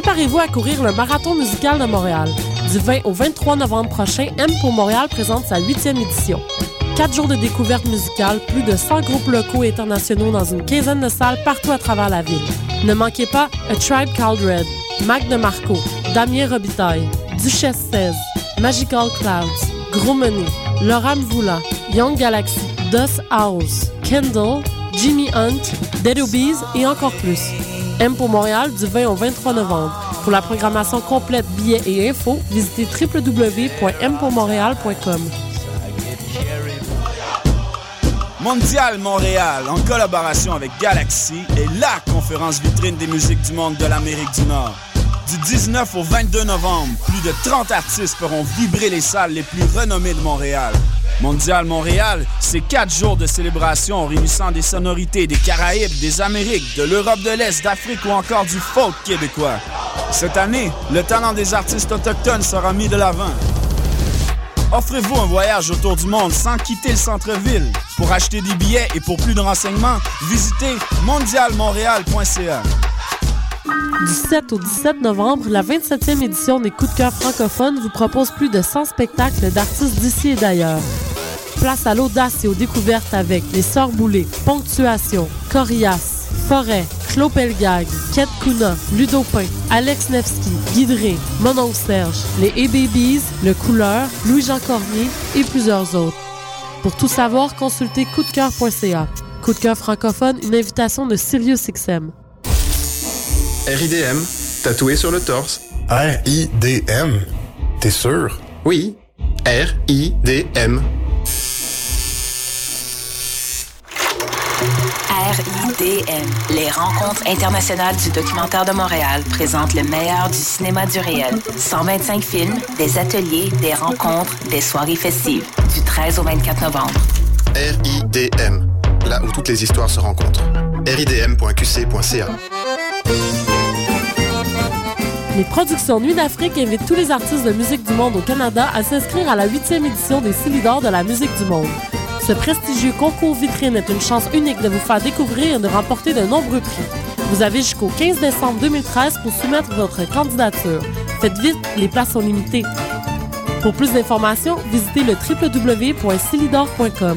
Préparez-vous à courir le Marathon musical de Montréal. Du 20 au 23 novembre prochain, M pour Montréal présente sa 8e édition. 4 jours de découverte musicale, plus de 100 groupes locaux et internationaux dans une quinzaine de salles partout à travers la ville. Ne manquez pas A Tribe Called Red, Mac DeMarco, Damien Robitaille, Duchesse 16, Magical Clouds, Gros Menu, Laura Mvoula, Young Galaxy, Dust House, Kendall, Jimmy Hunt, Dead Obies et encore plus. M pour Montréal du 20 au 23 novembre. Pour la programmation complète, billets et infos, visitez www.mpourmontréal.com. Mondial Montréal, en collaboration avec Galaxy, est la conférence vitrine des musiques du monde de l'Amérique du Nord. Du 19 au 22 novembre, plus de 30 artistes feront vibrer les salles les plus renommées de Montréal. Mondial Montréal, c'est 4 jours de célébration réunissant des sonorités des Caraïbes, des Amériques, de l'Europe de l'Est, d'Afrique ou encore du folk québécois. Cette année, le talent des artistes autochtones sera mis de l'avant. Offrez-vous un voyage autour du monde sans quitter le centre-ville. Pour acheter des billets et pour plus de renseignements, visitez mondialmontréal.ca. Du 7 au 17 novembre, la 27e édition des Coups de cœur francophones vous propose plus de 100 spectacles d'artistes d'ici et d'ailleurs. Place à l'audace et aux découvertes avec les Sœurs Boulay, Ponctuation, Corias, Forêt, Claude Pelgag, Kate Kuna, Ludo Pain, Alex Nevsky, Guidré, Mononcle Serge, les A-Babies, Le Couleur, Louis-Jean Cormier et plusieurs autres. Pour tout savoir, consultez coupdecoeur.ca. Coup de cœur francophone, une invitation de SiriusXM. RIDM, tatoué sur le torse. RIDM? T'es sûr? Oui, RIDM. RIDM, les rencontres internationales du documentaire de Montréal, présentent le meilleur du cinéma du réel. 125 films, des ateliers, des rencontres, des soirées festives, du 13 au 24 novembre. RIDM, là où toutes les histoires se rencontrent. ridm.qc.ca. Les productions Nuit d'Afrique invitent tous les artistes de musique du monde au Canada à s'inscrire à la 8e édition des Silidor de la musique du monde. Ce prestigieux concours vitrine est une chance unique de vous faire découvrir et de remporter de nombreux prix. Vous avez jusqu'au 15 décembre 2013 pour soumettre votre candidature. Faites vite, les places sont limitées. Pour plus d'informations, visitez le www.silidor.com.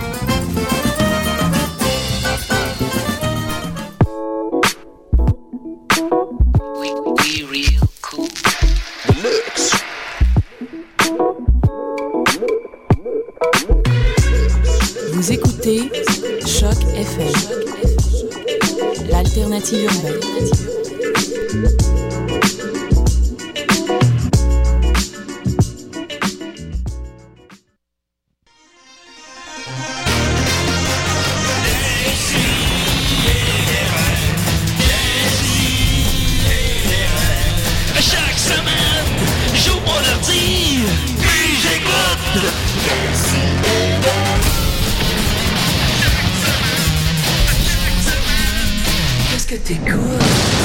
Vous écoutez Choc FM, l'alternative urbaine. Chaque semaine, j'ouvre mon ordi, puis j'écoute. Qu'est-ce que t'écoutes?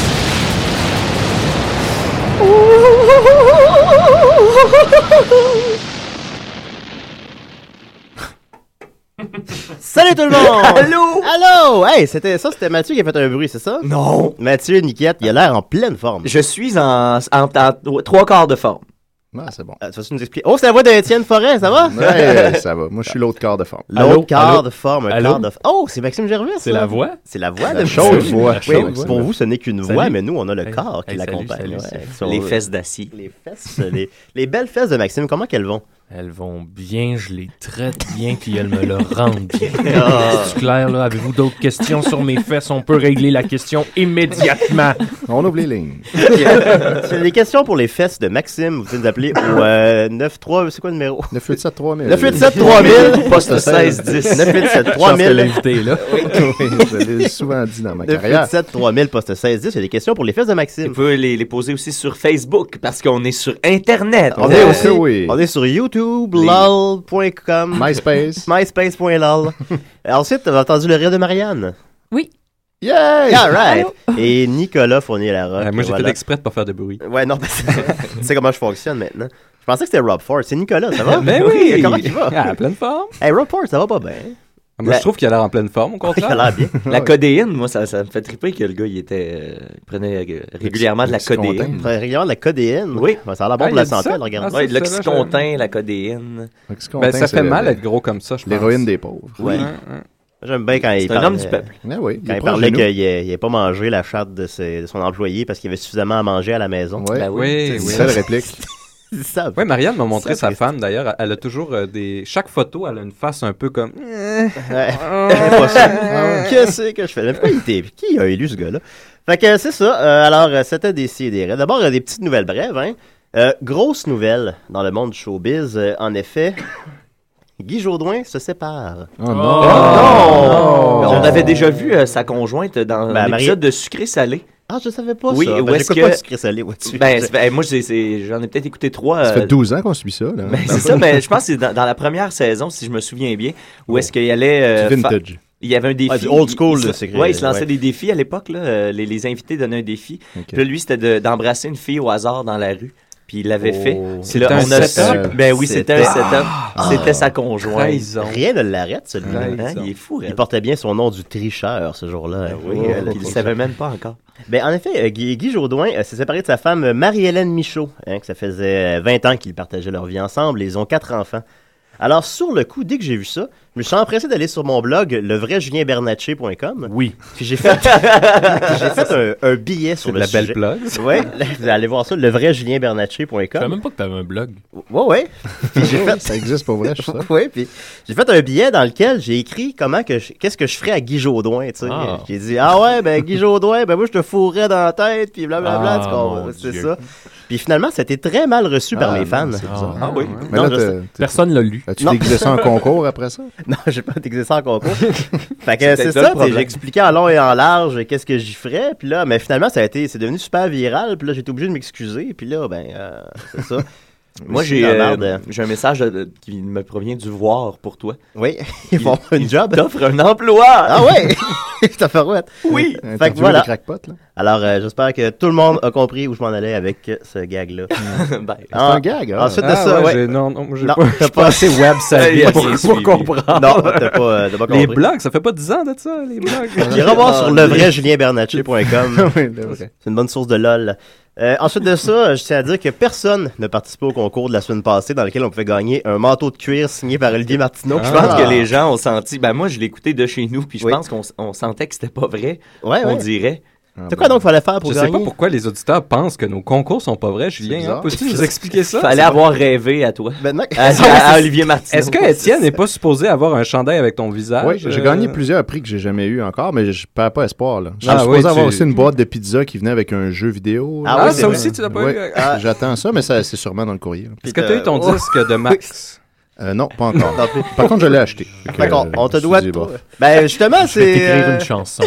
Salut tout le monde! Allô? Allô! Hey, c'était Mathieu qui a fait un bruit, c'est ça? Non! Mathieu Niquette, il a l'air en pleine forme. Je suis en 3/4 de forme. Ah, c'est bon. Tu vas-tu nous expliquer? Oh, c'est la voix d'Étienne Forêt, ça va? Ouais, ça va. Moi, je suis l'autre quart de forme. L'autre quart allô? de forme, un Allô? quart de forme. Oh, c'est Maxime Gervais, ça? C'est la voix? C'est la voix La de chose voix. Oui, Chose, pour vous, ce n'est qu'une Salut. voix, mais nous, on a le Hey. corps qui Hey, salut, l'accompagne. salut, Ouais. salut. Les fesses d'acier. Les fesses, les belles fesses de Maxime, comment qu'elles vont? Elles vont bien, je les traite bien, puis elles me le rendent bien. Ah. C'est clair, là? Avez-vous d'autres questions sur mes fesses? On peut régler la question immédiatement. On ouvre les lignes. Si vous avez des questions pour les fesses de Maxime, vous pouvez nous appeler au 93, c'est quoi le numéro? 987 3000. 987 3000, Poste 16 10. 987 Je pense que 3000. l'invité, là. Oui, je l'ai souvent dit dans ma carrière. 987 3000, poste 16 10. Il y a des questions pour les fesses de Tu Maxime. peux les poser aussi sur Facebook parce qu'on est sur Internet. On Oh, est aussi, oui. on est sur YouTube, lol.com, MySpace. myspace.lol. Ensuite, on a entendu le rire de Marianne. Oui. Yay! All right. Et Nicolas Fournier-Larocque. Moi, j'ai voilà. fait exprès de pas faire de bruit. Ouais, non, parce que tu sais comment je fonctionne maintenant. Je pensais que c'était Rob Ford. C'est Nicolas, ça va? Ben oui! Comment il va? Ah, pleine forme. Hey, Rob Ford, ça va pas bien. Moi, je trouve qu'il a l'air en pleine forme, au contraire. Il a l'air bien. La codéine, moi, ça me fait triper que le gars, il prenait régulièrement de la codéine. Régulièrement de la codéine? Oui. Ça a l'air bon pour la santé, elle regarde. Oui, de l'oxycontin, la codéine. Ça fait mal d'être gros comme ça, je pense. L'héroïne des pauvres. Oui. J'aime bien quand il parlait. C'est un homme du peuple. Quand il parlait qu'il n'avait pas mangé la chatte de son employé parce qu'il avait suffisamment à manger à la maison. Oui. C'est ça la réplique. Oui, Marianne m'a montré sa femme, d'ailleurs. Elle a toujours chaque photo, elle a une face un peu comme... Qu'est-ce que je fais? Pourquoi qui a élu ce gars-là? Fait que c'est ça. Alors, c'était des CDR. D'abord, des petites nouvelles brèves. Grosse nouvelle dans le monde du showbiz. En effet, Guy Jodoin se sépare. Oh non! On avait déjà vu sa conjointe dans l'épisode de Sucré-Salé. Ah, je savais pas oui, ça. Oui, j'écoute pas Sucré-Salé. Moi, j'en ai peut-être écté 3. Ça fait 12 ans qu'on subit ça. Là. C'est ça, mais je pense que c'est dans la première saison, si je me souviens bien, où est-ce qu'il allait... vintage. Il y avait un défi. Du old school. Il se lançait des défis à l'époque. Là, les invités donnaient un défi. Puis là, lui, c'était d'embrasser une fille au hasard dans la rue. Puis il l'avait fait. C'était un setup. Ben oui, c'était un setup. C'était sa conjointe. Rien ne l'arrête, celui-là. Il est fou. Il portait bien son nom du tricheur ce jour-là. Oui, il ne savait même pas encore. Ben, en effet, Guy Jodoin s'est séparé de sa femme Marie-Hélène Michaud. Que ça faisait 20 ans qu'ils partageaient leur vie ensemble. Ils ont 4 enfants. Alors, sur le coup, dès que j'ai vu ça, je me suis empressé d'aller sur mon blog, levraijulienbernatchez.com. Oui. Puis j'ai fait, un billet sur le sujet. C'est de la belle plug. Oui, vous allez voir ça, levraijulienbernatchez.com. Je savais même pas que t'avais un blog. Oui. Puis j'ai fait... Ça existe pour vrai, je sais. Oui, puis j'ai fait un billet dans lequel j'ai écrit qu'est-ce que je ferais à Guy Jodoin, tu sais. J'ai dit, Guy Jodoin, moi je te fourrais dans la tête, puis blablabla, c'est ça. Puis finalement, ça a été très mal reçu par mes fans. Oui. Mais là, personne l'a lu. As-tu déguisé ça en concours après ça? Non, j'ai pas déguisé ça en concours. Fait que c'est ça, j'ai expliqué en long et en large qu'est-ce que j'y ferais. Puis là, mais finalement, c'est devenu super viral. Puis là, j'ai été obligé de m'excuser. Puis là, c'est ça. Moi, j'ai un message qui me provient du Voir pour toi. Oui, ils font un job. T'offres un emploi. Ah ouais, t'as fait ouais. Oui. Fait que voilà. Alors, j'espère que tout le monde a compris où je m'en allais avec ce gag-là. C'est un gag. Ensuite de ça, t'as pas assez web savvy pour comprendre. Non, t'as pas compris. Les blogs, ça fait pas 10 ans de ça, les blogs. J'irai voir sur levraijulienbernatchez.com. C'est une bonne source de LOL. Ensuite de ça, je tiens à dire que personne n'a participé au concours de la semaine passée dans lequel on pouvait gagner un manteau de cuir signé par Olivier Martineau. Je pense que les gens ont senti... moi, je l'ai écouté de chez nous, puis je pense qu'on sentait que c'était pas vrai. On dirait. C'est quoi donc qu'il fallait faire pour gagner? Je sais pas pourquoi les auditeurs pensent que nos concours sont pas vrais, Julien. Peux-tu nous expliquer ça? Fallait avoir rêvé à toi. À Olivier Martineau. Est-ce que Étienne n'est pas supposé avoir un chandail avec ton visage? Oui, j'ai gagné plusieurs prix que j'ai jamais eu encore, mais je perds pas espoir. Là. Je suis supposé avoir aussi une boîte de pizza qui venait avec un jeu vidéo. Ça aussi, tu l'as pas eu? J'attends ça, mais c'est sûrement dans le courrier. Est-ce que tu as eu ton disque de Max? Non, pas encore. Par contre, je l'ai acheté. D'accord, on te doit... justement, c'est... Je vais t'écrire une chanson.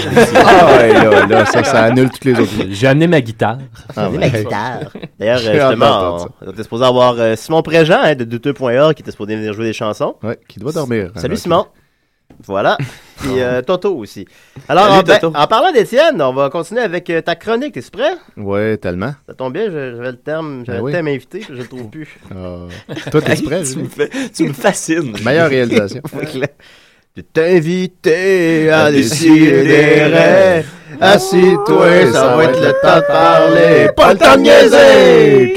Là, ça annule toutes les autres. J'ai amené ma guitare. Ma guitare. D'ailleurs, justement, on était supposé avoir Simon Préjean de douteux.org qui était supposé venir jouer des chansons. Oui, qui doit dormir. Salut Simon. Voilà. Puis Toto aussi. Alors, en parlant d'Étienne, on va continuer avec ta chronique. T'es prêt? Oui, tellement. Ça tombe bien, j'avais le thème invité, je le trouve plus. Toi, t'es prêt? Tu me fascines. Meilleure réalisation. De t'inviter à décider. Assis-toi, ça va être le temps de parler. Pas le temps de niaiser!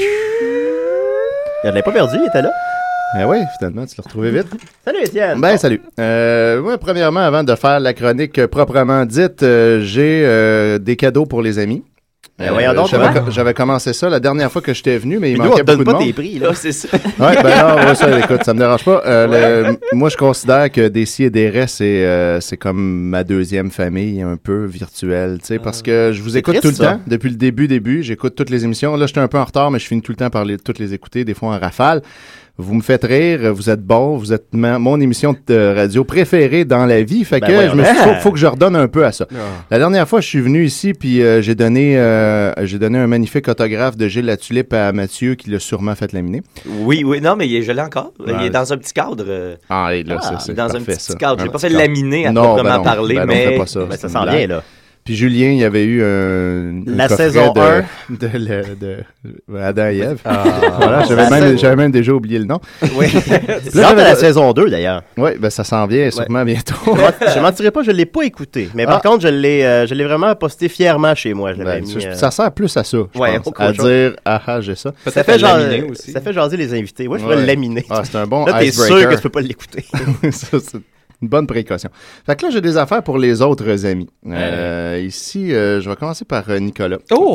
Il l'avait pas perdu, il était là. Oui, finalement, tu l'as retrouvé vite. Salut Étienne. Salut. Moi, premièrement, avant de faire la chronique proprement dite, j'ai des cadeaux pour les amis. J'avais commencé ça la dernière fois que j'étais venu, mais il manquait beaucoup de monde. Nous, on te donne pas tes prix, là. C'est ça. Écoute, ça me dérange pas. Moi, je considère que Décis et des restes, c'est comme ma deuxième famille, un peu virtuelle, tu sais, parce que je vous écoute tout le temps, depuis le début, j'écoute toutes les émissions. Là, j'étais un peu en retard, mais je finis tout le temps par toutes les écouter, des fois en rafale. Vous me faites rire, vous êtes bon, vous êtes mon émission de radio préférée dans la vie. Fait que je me suis dit, faut que je redonne un peu à ça. La dernière fois, je suis venu ici, puis j'ai donné un magnifique autographe de Gilles Latulippe à Mathieu, qui l'a sûrement fait laminer. Oui, non, mais je l'ai encore. Il est dans un petit cadre. C'est dans parfait, un petit ça. cadre. Je l'ai pas fait laminer à proprement parler, mais... Ça sent bien, là. Puis Julien, il y avait eu la saison 1 de Adam et Ève. Voilà, j'avais même déjà oublié le nom. Oui. Là, la saison 2 d'ailleurs. Oui, ben ça s'en vient sûrement bientôt. Je mentirais pas, je l'ai pas écouté. Mais par contre, je l'ai vraiment posté fièrement chez moi. Ça sert plus à ça, je pense, à dire j'ai ça. Ça fait jaser les invités. Moi, je pourrais le laminer. C'est un bon icebreaker. Là, t'es sûr que tu peux pas l'écouter. Ça, c'est une bonne précaution. Fait que là, j'ai des affaires pour les autres amis. Ici, je vais commencer par Nicolas. Oh!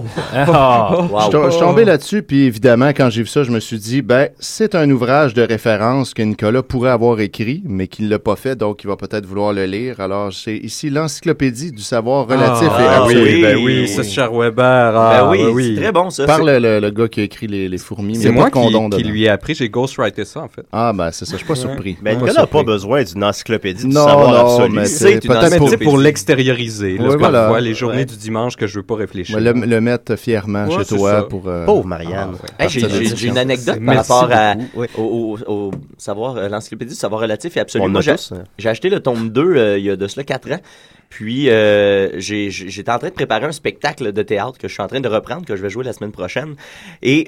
Je suis tombé là-dessus, puis évidemment, quand j'ai vu ça, je me suis dit, c'est un ouvrage de référence que Nicolas pourrait avoir écrit, mais qu'il ne l'a pas fait, donc il va peut-être vouloir le lire. Alors, c'est ici l'encyclopédie du savoir relatif et absolu. Oui, c'est Charles Weber. C'est très bon, ça. Par le gars qui a écrit les fourmis. C'est moi qui lui ai appris, j'ai ghostwrité ça, en fait. C'est ça, je suis pas surpris. Mais Nicolas n'a pas besoin d'une encyclopédie. Non, mais c'est peut-être pour l'extérioriser. Parfois, les journées du dimanche que je veux pas réfléchir. Le mettre fièrement chez toi pour... Pauvre Marianne. J'ai une anecdote par rapport au savoir, l'encyclopédie du savoir relatif et absolu. Moi, j'ai acheté le tome 2 il y a de cela 4 ans. Puis, j'étais en train de préparer un spectacle de théâtre que je suis en train de reprendre, que je vais jouer la semaine prochaine. Et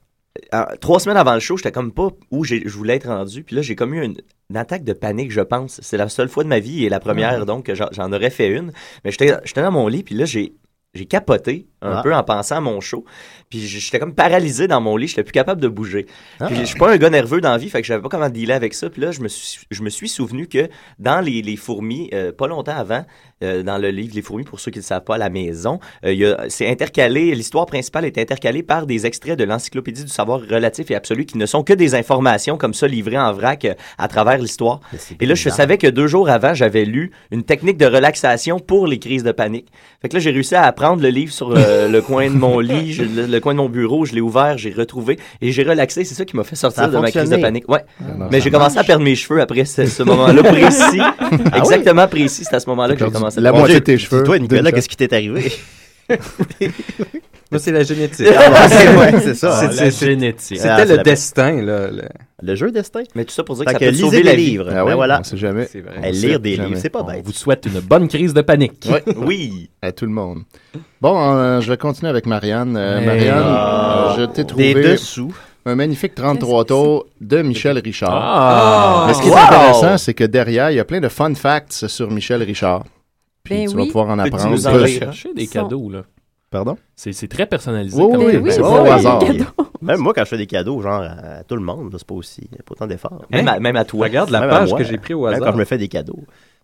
3 semaines avant le show, j'étais comme pas où je voulais être rendu. Puis là, j'ai comme eu une attaque de panique, je pense. C'est la seule fois de ma vie et la première, donc, que j'en aurais fait une. Mais j'étais dans mon lit, puis là, j'ai capoté un peu en pensant à mon show. Puis j'étais comme paralysé dans mon lit, j'étais plus capable de bouger. Puis je suis pas un gars nerveux dans la vie, fait que je savais pas comment dealer avec ça. Puis là, je me suis souvenu que dans les fourmis, pas longtemps avant, dans le livre Les fourmis, pour ceux qui ne le savent pas, à la maison, c'est intercalé, l'histoire principale est intercalée par des extraits de l'encyclopédie du savoir relatif et absolu qui ne sont que des informations comme ça livrées en vrac à travers l'histoire. Et là, je savais que 2 jours avant, j'avais lu une technique de relaxation pour les crises de panique. Fait que là, j'ai réussi à prendre le livre sur le coin de mon lit, le coin de mon bureau, je l'ai ouvert, j'ai retrouvé et j'ai relaxé. C'est ça qui m'a fait sortir de ma crise de panique. Ouais. Mais j'ai commencé à perdre mes cheveux après ce moment-là précis. Exactement précis, c'est à ce moment-là que j'ai commencé à la moitié de tes cheveux. Toi, Nicolas, qu'est-ce qui t'est arrivé? Moi, c'est la génétique. C'est ça. C'est génétique. C'était le destin, là. Le jeu destin. Mais tout ça pour dire que ça peut sauver la vie. Voilà. On sait jamais. C'est vrai. Lire des livres, c'est pas bête. On vous souhaite une bonne crise de panique. Oui. À tout le monde. Bon, je vais continuer avec Marianne. Marianne, je t'ai trouvé... Des dessous. Un magnifique 33 tours de Michel Richard. Mais ce qui est intéressant, c'est que derrière, il y a plein de fun facts sur Michel Richard. Puis tu vas pouvoir en apprendre. Tu vas chercher des cadeaux, là. Pardon? C'est très personnalisé. Oui, c'est pas au hasard. Même moi, quand je fais des cadeaux, genre à tout le monde, c'est pas aussi, il n'y a pas autant d'efforts. Même à toi. Regarde la page que j'ai pris au hasard. Quand je me fais des cadeaux.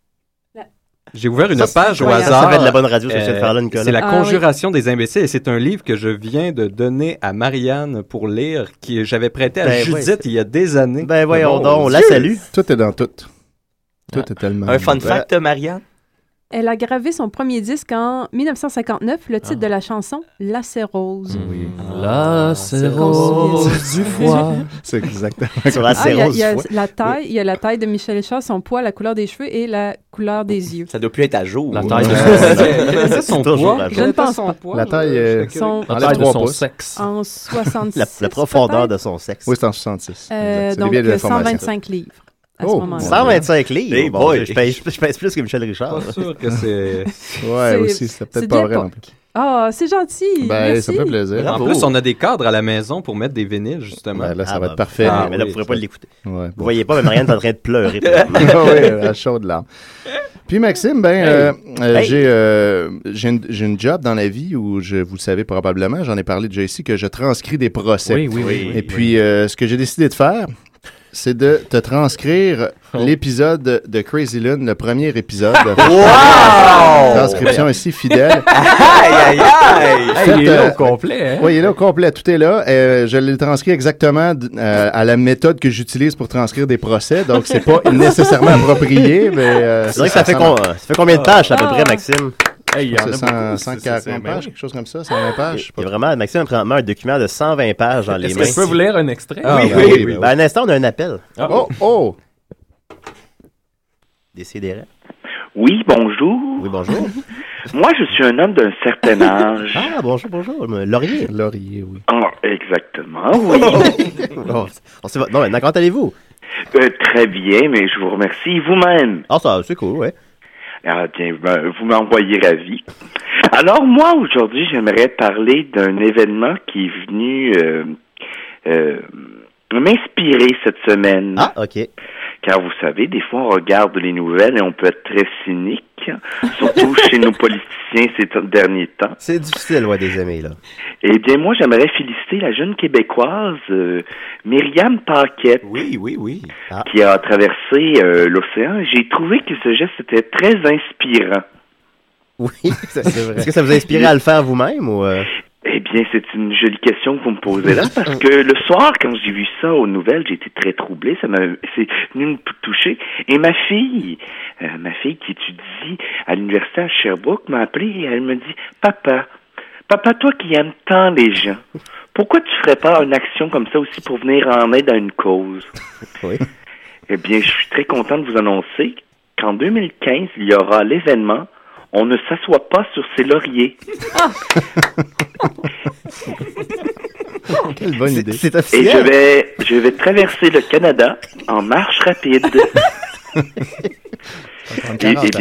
J'ai ouvert une page au hasard. Ça fait de la bonne radio, c'est faire là, Nicolas. C'est La Conjuration des imbéciles et c'est un livre que je viens de donner à Marianne pour lire, que j'avais prêté à Judith il y a des années. Ben voyons donc, on la salue. Tout est dans tout. Tout est tellement... Un fun fact, Marianne? Elle a gravé son premier disque en 1959, le titre de la chanson « Lacérose ». Oui. Lacérose du foie. C'est exactement sur Lacérose du foie. Il y a la taille de Michel Richard, son poids, la couleur des cheveux et la couleur des yeux. Ça doit plus être à jour. La taille de son poids. Je ne pense pas. La taille, de son sexe. En 66. La profondeur de son sexe. Oui, c'est en 66. Donc 125 livres. À ce moment-là. 125 livres. Hey boy. Je pèse plus que Michel Richard. Pas sûr que c'est... Ouais, aussi, c'est peut-être pas vrai non plus. Ah, c'est gentil. Merci. Ça fait plaisir. En plus, on a des cadres à la maison pour mettre des vinyles, justement. Là, ça va être parfait. Mais là, vous ne pourrez pas l'écouter. Ouais, vous voyez pas, mais Marianne est en train de pleurer. Oui, à chaude larme. Puis Maxime, j'ai une job dans la vie où, vous le savez probablement, j'en ai parlé déjà ici, que je transcris des procès. Oui. Et puis, ce que j'ai décidé de faire, c'est de te transcrire l'épisode de Crazy Lune, le premier épisode. Wow! Transcription ici fidèle. Aïe! Il est là au complet. Hein? Oui, il est là au complet. Tout est là. Je l'ai transcrit exactement à la méthode que j'utilise pour transcrire des procès. Donc, c'est pas nécessairement approprié. Mais, c'est vrai que ça fait combien de pages à peu près, Maxime? C'est 140 pages, quelque chose comme ça, 120 pages. Il y a vraiment, Maxime a présentement un document de 120 pages dans les mains. Est-ce que je peux vous lire un extrait? Oui. À un instant, on a un appel. Oh! Décidérez. Oui, bonjour. Oui, bonjour. Moi, je suis un homme d'un certain âge. Ah, bonjour. Laurier. Laurier, oui. Ah, exactement, oui. Non, maintenant, comment allez-vous? Très bien, mais je vous remercie vous-même. Ah, ça, c'est cool, ouais. Ah bien, vous m'envoyez ravi. Alors moi, aujourd'hui, j'aimerais parler d'un événement qui est venu m'inspirer cette semaine. Ah, OK. Car vous savez, des fois, on regarde les nouvelles et on peut être très cynique, surtout chez nos politiciens ces derniers temps. C'est difficile, ouais, des amis, là. Eh bien, moi, j'aimerais féliciter la jeune Québécoise Myriam Paquette. Oui. Qui a traversé l'océan. J'ai trouvé que ce geste était très inspirant. Oui, c'est vrai. Est-ce que ça vous a inspiré à le faire vous-même ou Eh bien, c'est une jolie question que vous me posez là, parce que le soir, quand j'ai vu ça aux nouvelles, j'ai été très troublé, c'est venu me toucher. Et ma fille qui étudie à l'université à Sherbrooke, m'a appelé et elle me dit, Papa, toi qui aimes tant les gens, pourquoi tu ferais pas une action comme ça aussi pour venir en aide à une cause? Oui. Eh bien, je suis très content de vous annoncer qu'en 2015, il y aura l'événement On ne s'assoit pas sur ses lauriers. Quelle bonne idée. C'est officiel. Et je vais traverser le Canada en marche rapide. Et bien,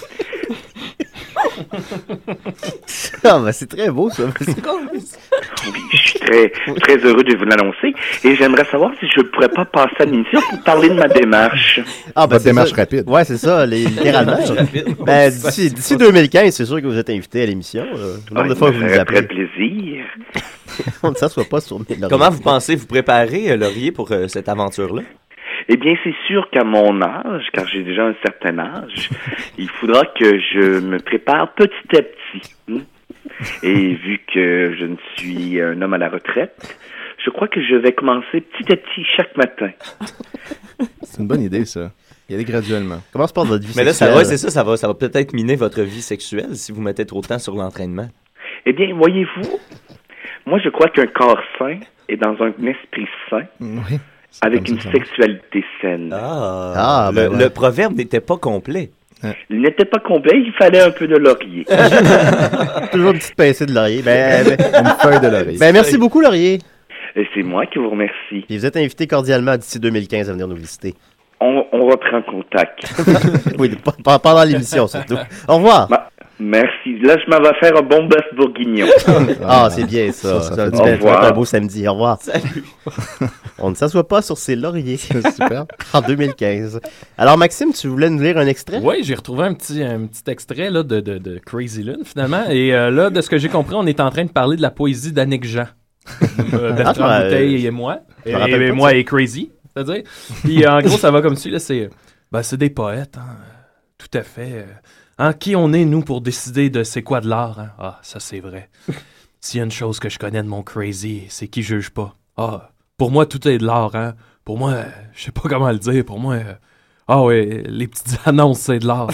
c'est très beau, ça. Oui, je suis très heureux de vous l'annoncer. Et j'aimerais savoir si je ne pourrais pas passer à l'émission pour parler de ma démarche. Votre démarche rapide. Ouais, c'est ça, littéralement. D'ici 2015, c'est sûr que vous êtes invité à l'émission. Le nombre de fois que vous nous appelez. Ça ferait plaisir. On ne s'assoit pas sur mes lauriers. Comment vous pensez vous préparer, Laurier, pour cette aventure-là? Eh bien, c'est sûr qu'à mon âge, car j'ai déjà un certain âge, il faudra que je me prépare petit à petit. Et vu que je ne suis un homme à la retraite, je crois que je vais commencer petit à petit chaque matin. C'est une bonne idée, ça. Y aller graduellement. Commence par votre vie sexuelle. Mais là, ça va peut-être miner votre vie sexuelle si vous mettez trop de temps sur l'entraînement. Eh bien, voyez-vous, moi, je crois qu'un corps sain est dans un esprit sain. Oui. Avec une sexualité saine. Le proverbe n'était pas complet. Il n'était pas complet, il fallait un peu de laurier. Toujours une petite pincée de laurier. Une feuille de laurier. Merci beaucoup, Laurier. Et c'est moi qui vous remercie. Et vous êtes invité cordialement d'ici 2015 à venir nous visiter. On reprend contact. Oui, pendant l'émission surtout. Au revoir. Merci. Là, je m'en vais faire un bon bœuf bourguignon. C'est bien ça. Ça au revoir. Un beau samedi. Au revoir. Salut. On ne s'assoit pas sur ses lauriers. Super. En 2015. Alors, Maxime, tu voulais nous lire un extrait? Oui, j'ai retrouvé un petit extrait là, de Crazy Lune, finalement. Et là, de ce que j'ai compris, on est en train de parler de la poésie d'Annick Jean. Bertrand Bouteille et moi. Et moi et Crazy, c'est-à-dire. Puis, en gros, ça va comme suit. Là, c'est des poètes, hein, tout à fait... qui on est, nous, pour décider de c'est quoi de l'art? Hein? Ah, ça, c'est vrai. S'il y a une chose que je connais de mon Crazy, c'est qu'il juge pas. Pour moi, tout est de l'art. Hein? Pour moi, je sais pas comment le dire. Pour moi, les petites annonces, c'est de l'art.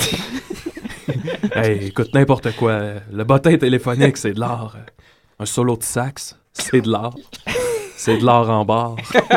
Hey, écoute, n'importe quoi. Le bottin téléphonique, c'est de l'art. Un solo de sax, c'est de l'art. C'est de l'art en barre.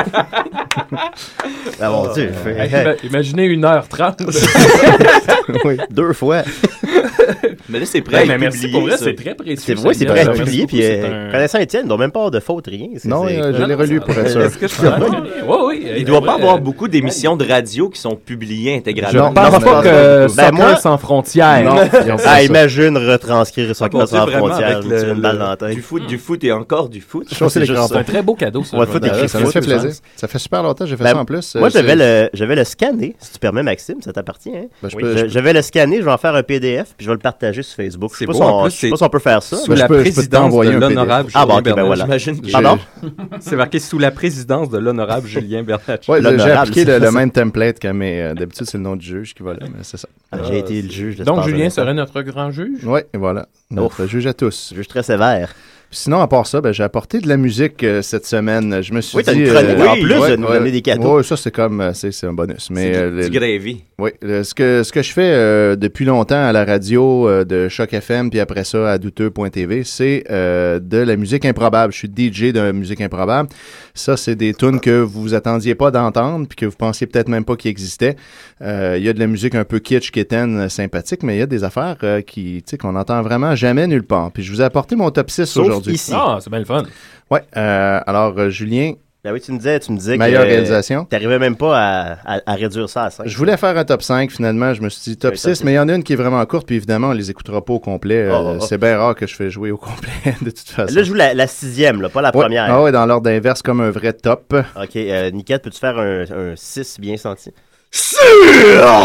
Ah mon Dieu. Imaginez 1h30. Oui, 2 fois. Mais là, c'est prêt à être publié. Pour vrai, c'est très précieux. C'est prêt à être publié. Puis, connaissant Étienne, ils n'ont même pas de faute, rien. Non, je l'ai relu pour être sûr. Est-ce que je peux oui. Il ne doit pas avoir beaucoup d'émissions de radio qui sont publiées intégralement. Je pense pas que Soccer sans frontières. Non. Imagine retranscrire Soccer sans frontières. Une balle dans la tête. Du foot et encore du foot. C'est un très beau cadeau, ça. Ça me fait plaisir. Ça fait super longtemps que j'ai fait ça en plus. Moi, je vais le scanner, si tu permets, Maxime, ça t'appartient. Je vais le scanner, je vais en faire un PDF, puis je vais le partager sur Facebook. Je sais pas si on peut faire ça. Sous la présidence de l'honorable Julien Bernatchez. J'imagine que pardon? C'est marqué sous la présidence de l'honorable Julien Bernatchez. Oui, j'ai appliqué le même template que d'habitude, c'est le nom du juge qui va là, mais c'est ça. J'ai été le juge. Donc, Julien serait notre grand juge? Oui, et voilà. Notre juge à tous. Juge très sévère. Sinon, à part ça, j'ai apporté de la musique cette semaine. Je me suis dit... t'as une chronique en plus de nous donner des cadeaux. Oui, ça, c'est comme... c'est un bonus. Mais, du gravy. Oui. Ce que je fais depuis longtemps à la radio de Choc FM, puis après ça à douteux.tv, c'est de la musique improbable. Je suis DJ de musique improbable. Ça, c'est des tunes que vous attendiez pas d'entendre, puis que vous pensiez peut-être même pas qu'ils existaient. Il y a de la musique un peu kitsch, quétaine, sympathique, mais il y a des affaires qu'on n'entend vraiment jamais nulle part. Puis je vous ai apporté mon top 6 aujourd'hui. Ici. Ah, c'est bien le fun. Ouais. Alors, Julien, Ben oui, tu me disais meilleure réalisation. T'arrivais même pas à réduire ça à 5. Je voulais faire un top 5, finalement. Je me suis dit top 6, mais il y en a une qui est vraiment courte, puis évidemment, on les écoutera pas au complet. C'est bien rare que je fais jouer au complet, de toute façon. Là, je joue la 6e, là, pas la première. Ah ouais, dans l'ordre inverse, comme un vrai top. OK, Niket, peux-tu faire un 6 bien senti? Alors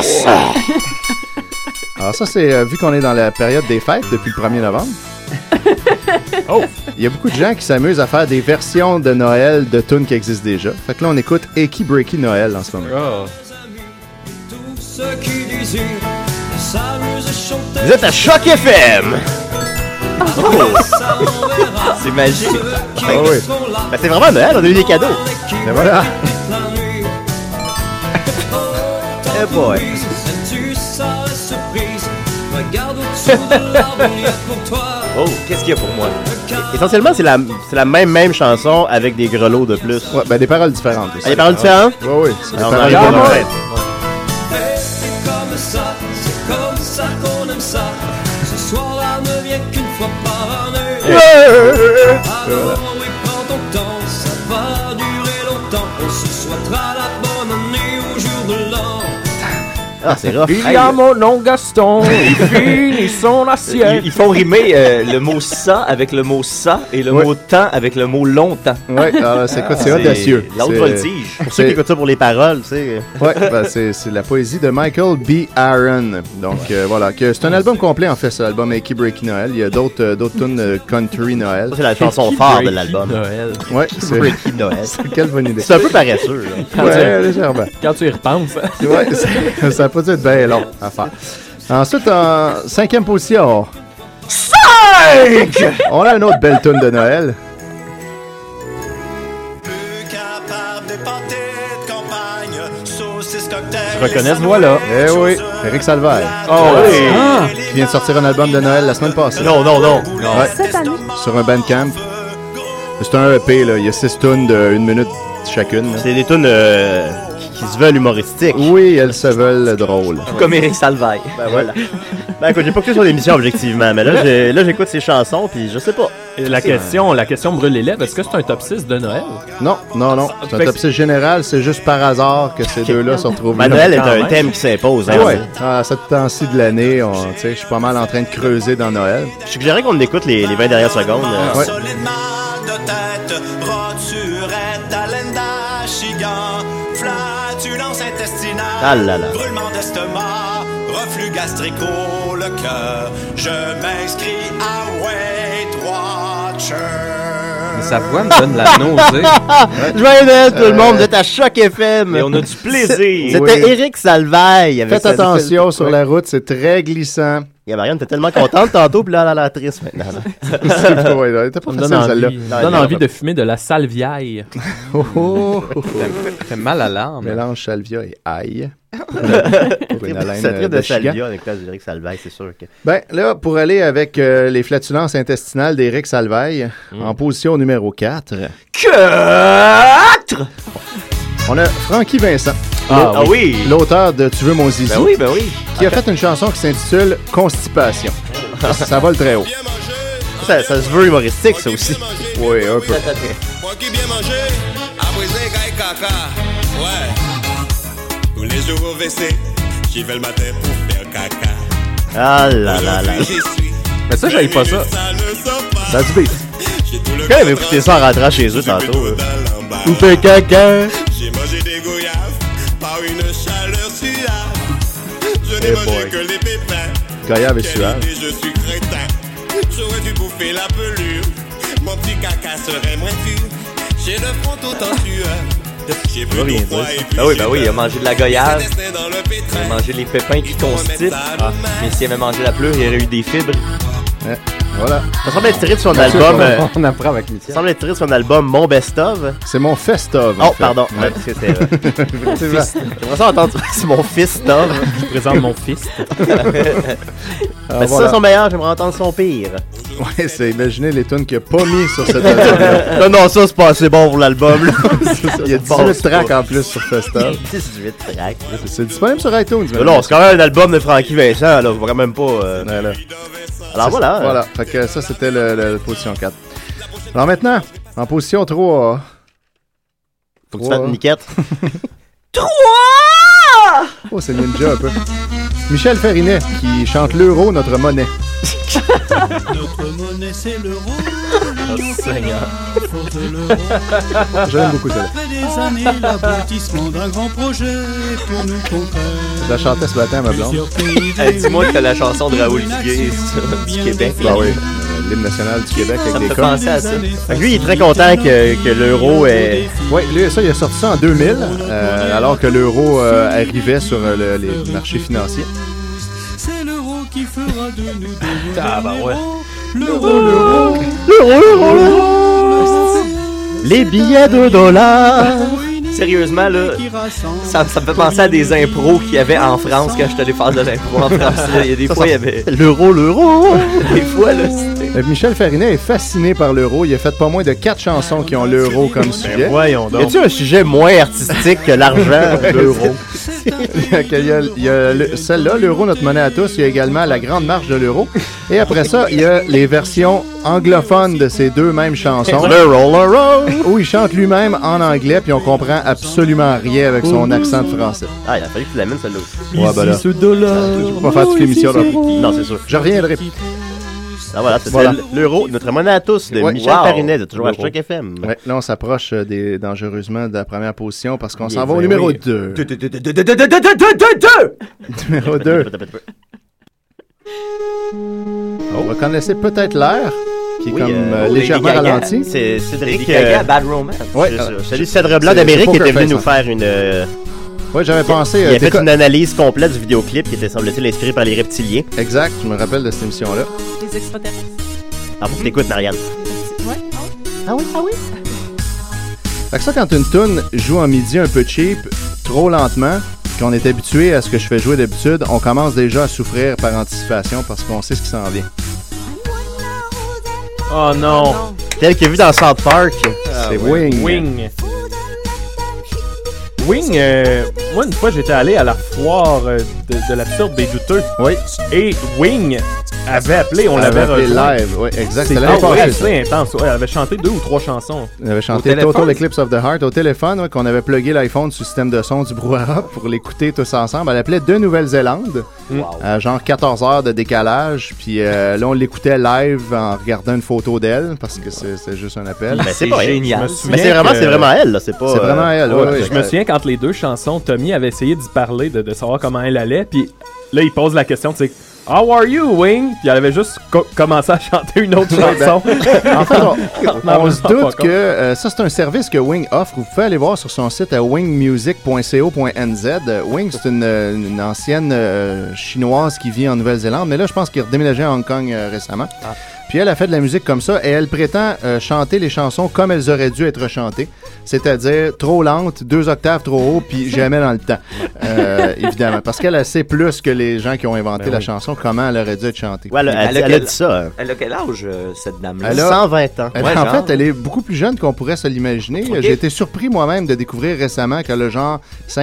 ça, c'est vu qu'on est dans la période des fêtes depuis le 1er novembre. Il y a beaucoup de gens qui s'amusent à faire des versions de Noël de tunes qui existent déjà. Fait que là, on écoute Achy Breaky Noël en ce moment. Vous êtes à Choc FM! C'est magique! Oui. Ben, c'est vraiment Noël, on a eu des cadeaux. Ben voilà. Eh boy. Oh, qu'est-ce qu'il y a pour moi? Essentiellement, c'est la même chanson avec des grelots de plus. Ouais, ben des paroles différentes aussi. Des paroles différentes? Oui, oui. C'est alors, des paroles différentes. C'est comme ça qu'on aime ça. Ce soir-là ne vient qu'une fois par année. Alors oui, prends ton temps, ça va durer longtemps. On se souhaitera la bonne année au jour de l'an. Ah, c'est rough. Il y a mon nom Gaston, il finit son assiette. Ils font rimer le mot ça avec le mot ça et le mot temps avec le mot longtemps. Ouais, c'est audacieux. La haute voltige. Pour ceux qui écoutent ça pour les paroles, tu sais. Ouais, ben c'est la poésie de Michael B. Aaron. Donc voilà, c'est un album complet en fait, cet album Achy Breaky Noël. Il y a d'autres tunes country Noël. Ça, c'est la chanson phare de l'album. Noël. Ouais, c'est Breaky Noël. Quelle bonne idée. C'est un peu paresseux. Ouais, légèrement. Quand tu y repenses. Ouais, ça a pas dû être bien long à faire. Ensuite, en 5e position, 5! On a une autre belle tune de Noël. Je reconnais ce voix-là. Eh oui, Eric Salvaire. Oh oui. Qui vient de sortir un album de Noël la semaine passée. Non. Ouais. Cette année. Sur un Bandcamp. C'est un EP, là. Il y a 6 tunes de 1 minute chacune. Là. C'est des tunes qui se veulent humoristiques. Oui, elles se veulent drôles. Tout comme Eric Salvaire. Ben voilà. Ben écoute, j'ai pas écouté son émission objectivement, mais là j'écoute ses chansons puis je sais pas. Et la question brûle les lèvres, est-ce que c'est un top 6 de Noël? Non. C'est un top 6 général, c'est juste par hasard que ces deux-là se retrouvent là. Noël est un thème qui s'impose. Hein, ouais. À cette temps-ci de l'année, je suis pas mal en train de creuser dans Noël. Je suggérerais qu'on écoute les 20 dernières secondes. Ouais. Ah là là. Brûlement d'estomac, reflux gastrico, le cœur. Je m'inscris à Weight Watcher. Mais sa voix me donne la nausée. Joyeux Noël tout le monde, vous êtes à Choc FM. Et on a du plaisir. C'était Eric Salvaille. Faites attention sur la route, c'est très glissant. Et Marianne, t'es tellement contente tantôt, puis là, elle a l'air triste maintenant. T'as pas donne envie de fumer de la salviaille. Ça fait mal à l'âme. Mélange salvia et ail. Ça traite de salvia avec Eric Salvaille, c'est sûr que... Ben, là, pour aller avec les flatulences intestinales d'Éric Salvaille, en position numéro 4. 4! On a Francky Vincent. Ah oui! L'auteur de Tu veux mon zizi. Ben oui. Qui a fait une chanson qui s'intitule Constipation. Ça vole très haut. Ça se veut humoristique, ça aussi. Oui, un peu. Moi qui bien manger, après ça, caca. Ouais. Tous les jours au WC, j'y vais le matin pour faire caca. Ah là là là. Mais ça, j'avais pas ça. Ça a du beat. Quand même écouté ça en rentrant chez eux tantôt. Ou fait caca. J'ai mangé des goyaves par une chaleur suave. Je n'ai mangé que les pépins. Goyave et suave. Je suis crétin. J'aurais dû bouffer la pelure. Mon petit caca serait moins dur. J'ai le front tout en sueur. J'ai plus de froid et puis Ben oui, il a mangé de la goyave. Il a mangé les pépins qui constipent. Mais s'il avait mangé la pleure, il aurait eu des fibres. Ouais, voilà. Ça semble être tiré de son album. On apprend avec Michel. Ça semble être tiré de son album Mon Best Of. C'est mon Fest-of. Oh, pardon. Ouais. J'aimerais ça entendre. C'est mon fist-of. Je présente mon fils. Mais voilà. Ça, son meilleur, j'aimerais entendre son pire. Ouais, c'est imaginer les tunes qu'il n'a pas mis sur cet album. Non, ça, c'est pas assez bon pour l'album. Il y a 18 tracks en plus sur Fest-of. 18 tracks. C'est disponible sur iTunes. Non, c'est quand même un album de Francky Vincent, là. Vraiment même pas. Voilà. Alors voilà. Voilà. Fait que ça, c'était la position 4. Alors maintenant, en position 3. Faut que tu fasses une niquette. 3! Oh, c'est ninja un peu. Michel Farinet qui chante l'euro, notre monnaie. Notre monnaie, c'est l'euro. Oh, Seigneur. J'aime beaucoup ça. Après des années, l'aboutissement d'un grand projet pour nous contraire. Je la chantais ce matin à ma blonde. Dis-moi que t'as la chanson de Raoul Duguay du Québec. Bah oui, l'hymne national du Québec avec des cornes. Ça me fait penser à ça. Fait que lui, il est très content que l'euro est... Oui, lui, ça, il a sorti ça en 2000, alors que l'euro arrivait sur les marchés financiers. C'est l'euro qui fera de nous des Ah, bah ouais. L'euro. Les billets de $. Sérieusement, là, ça me fait penser à des impros qu'il y avait en France quand j'étais allé faire de l'impro en France. Il y a des fois, il y avait... L'euro. Des fois, là, c'était... Michel Farinet est fasciné par l'euro. Il a fait pas moins de 4 chansons qui ont l'euro comme sujet. Voyons donc. Y a-t-il un sujet moins artistique que l'argent, l'euro? Il y a celle-là, l'euro, notre monnaie à tous. Il y a également la grande marche de l'euro. Et après ça, il y a les versions anglophones de ces deux mêmes chansons. L'euro. Où il chante lui-même en anglais, puis on comprend absolument rien avec son accent de français. Ah, il a fallu que tu l'amènes celle-là aussi. Ouais, ben là. Je peux pas faire toute l'émission là. Non, c'est sûr. Je reviendrai. Ah voilà, c'est l'euro, notre monnaie à tous de Michel Farinet, de toujours à Choc FM. Ouais, là, on s'approche dangereusement de la première position parce qu'on s'en va au numéro 2. Numéro 2. Vous reconnaissez peut-être l'air qui est comme légèrement ralenti. C'est Cédric Bad Romance. Ouais, salut Cédric Blanc d'Amérique qui était venu nous faire une... Oui, j'avais pensé... Il a fait une analyse complète du vidéoclip qui était, semble-t-il, inspiré par les reptiliens. Exact, je me rappelle de cette émission-là. Les extraterrestres. Ah, faut que t'écoutes, Marianne. Ouais. Ah oui. Fait que ça, quand une toune joue en midi un peu cheap, trop lentement, qu'on est habitué à ce que je fais jouer d'habitude, on commence déjà à souffrir par anticipation parce qu'on sait ce qui s'en vient. Oh non! Tel que vu dans South Park. C'est Wing. Wing, moi une fois j'étais allé à la foire de l'absurde des douteux. Oui. Et Wing avait appelé, on l'avait rejoint. Live, oui, exact. C'était assez intense. Ouais, elle avait chanté 2 ou 3 chansons. Elle avait chanté Total Eclipse of the Heart au téléphone, qu'on avait plugué l'iPhone sur le système de son du brouhaha pour l'écouter tous ensemble. Elle appelait de Nouvelle-Zélande, genre 14 heures de décalage. Puis là, on l'écoutait live en regardant une photo d'elle parce que c'est juste un appel. Ben, c'est génial. Mais c'est vraiment elle, là. C'est vraiment elle. Je me souviens quand les deux chansons, Tommy avait essayé d'y parler, de savoir comment elle allait. Puis là, il pose la question, tu sais. How are you, Wing? Puis elle avait juste commencé à chanter une autre chanson. En fait, on se doute que ça, c'est un service que Wing offre. Vous pouvez aller voir sur son site à wingmusic.co.nz. Wing, c'est une ancienne chinoise qui vit en Nouvelle-Zélande. Mais là, je pense qu'il a redéménagé à Hong Kong récemment. Puis elle a fait de la musique comme ça et elle prétend chanter les chansons comme elles auraient dû être chantées. C'est-à-dire trop lente, 2 octaves trop haut, puis jamais dans le temps. Évidemment. Parce qu'elle sait plus que les gens qui ont inventé la chanson, comment elle aurait dû être chantée. Ouais, elle a dit ça. Elle a quel âge, cette dame-là? Elle a 120 ans. En fait, elle est beaucoup plus jeune qu'on pourrait se l'imaginer. Okay. J'ai été surpris moi-même de découvrir récemment qu'elle a genre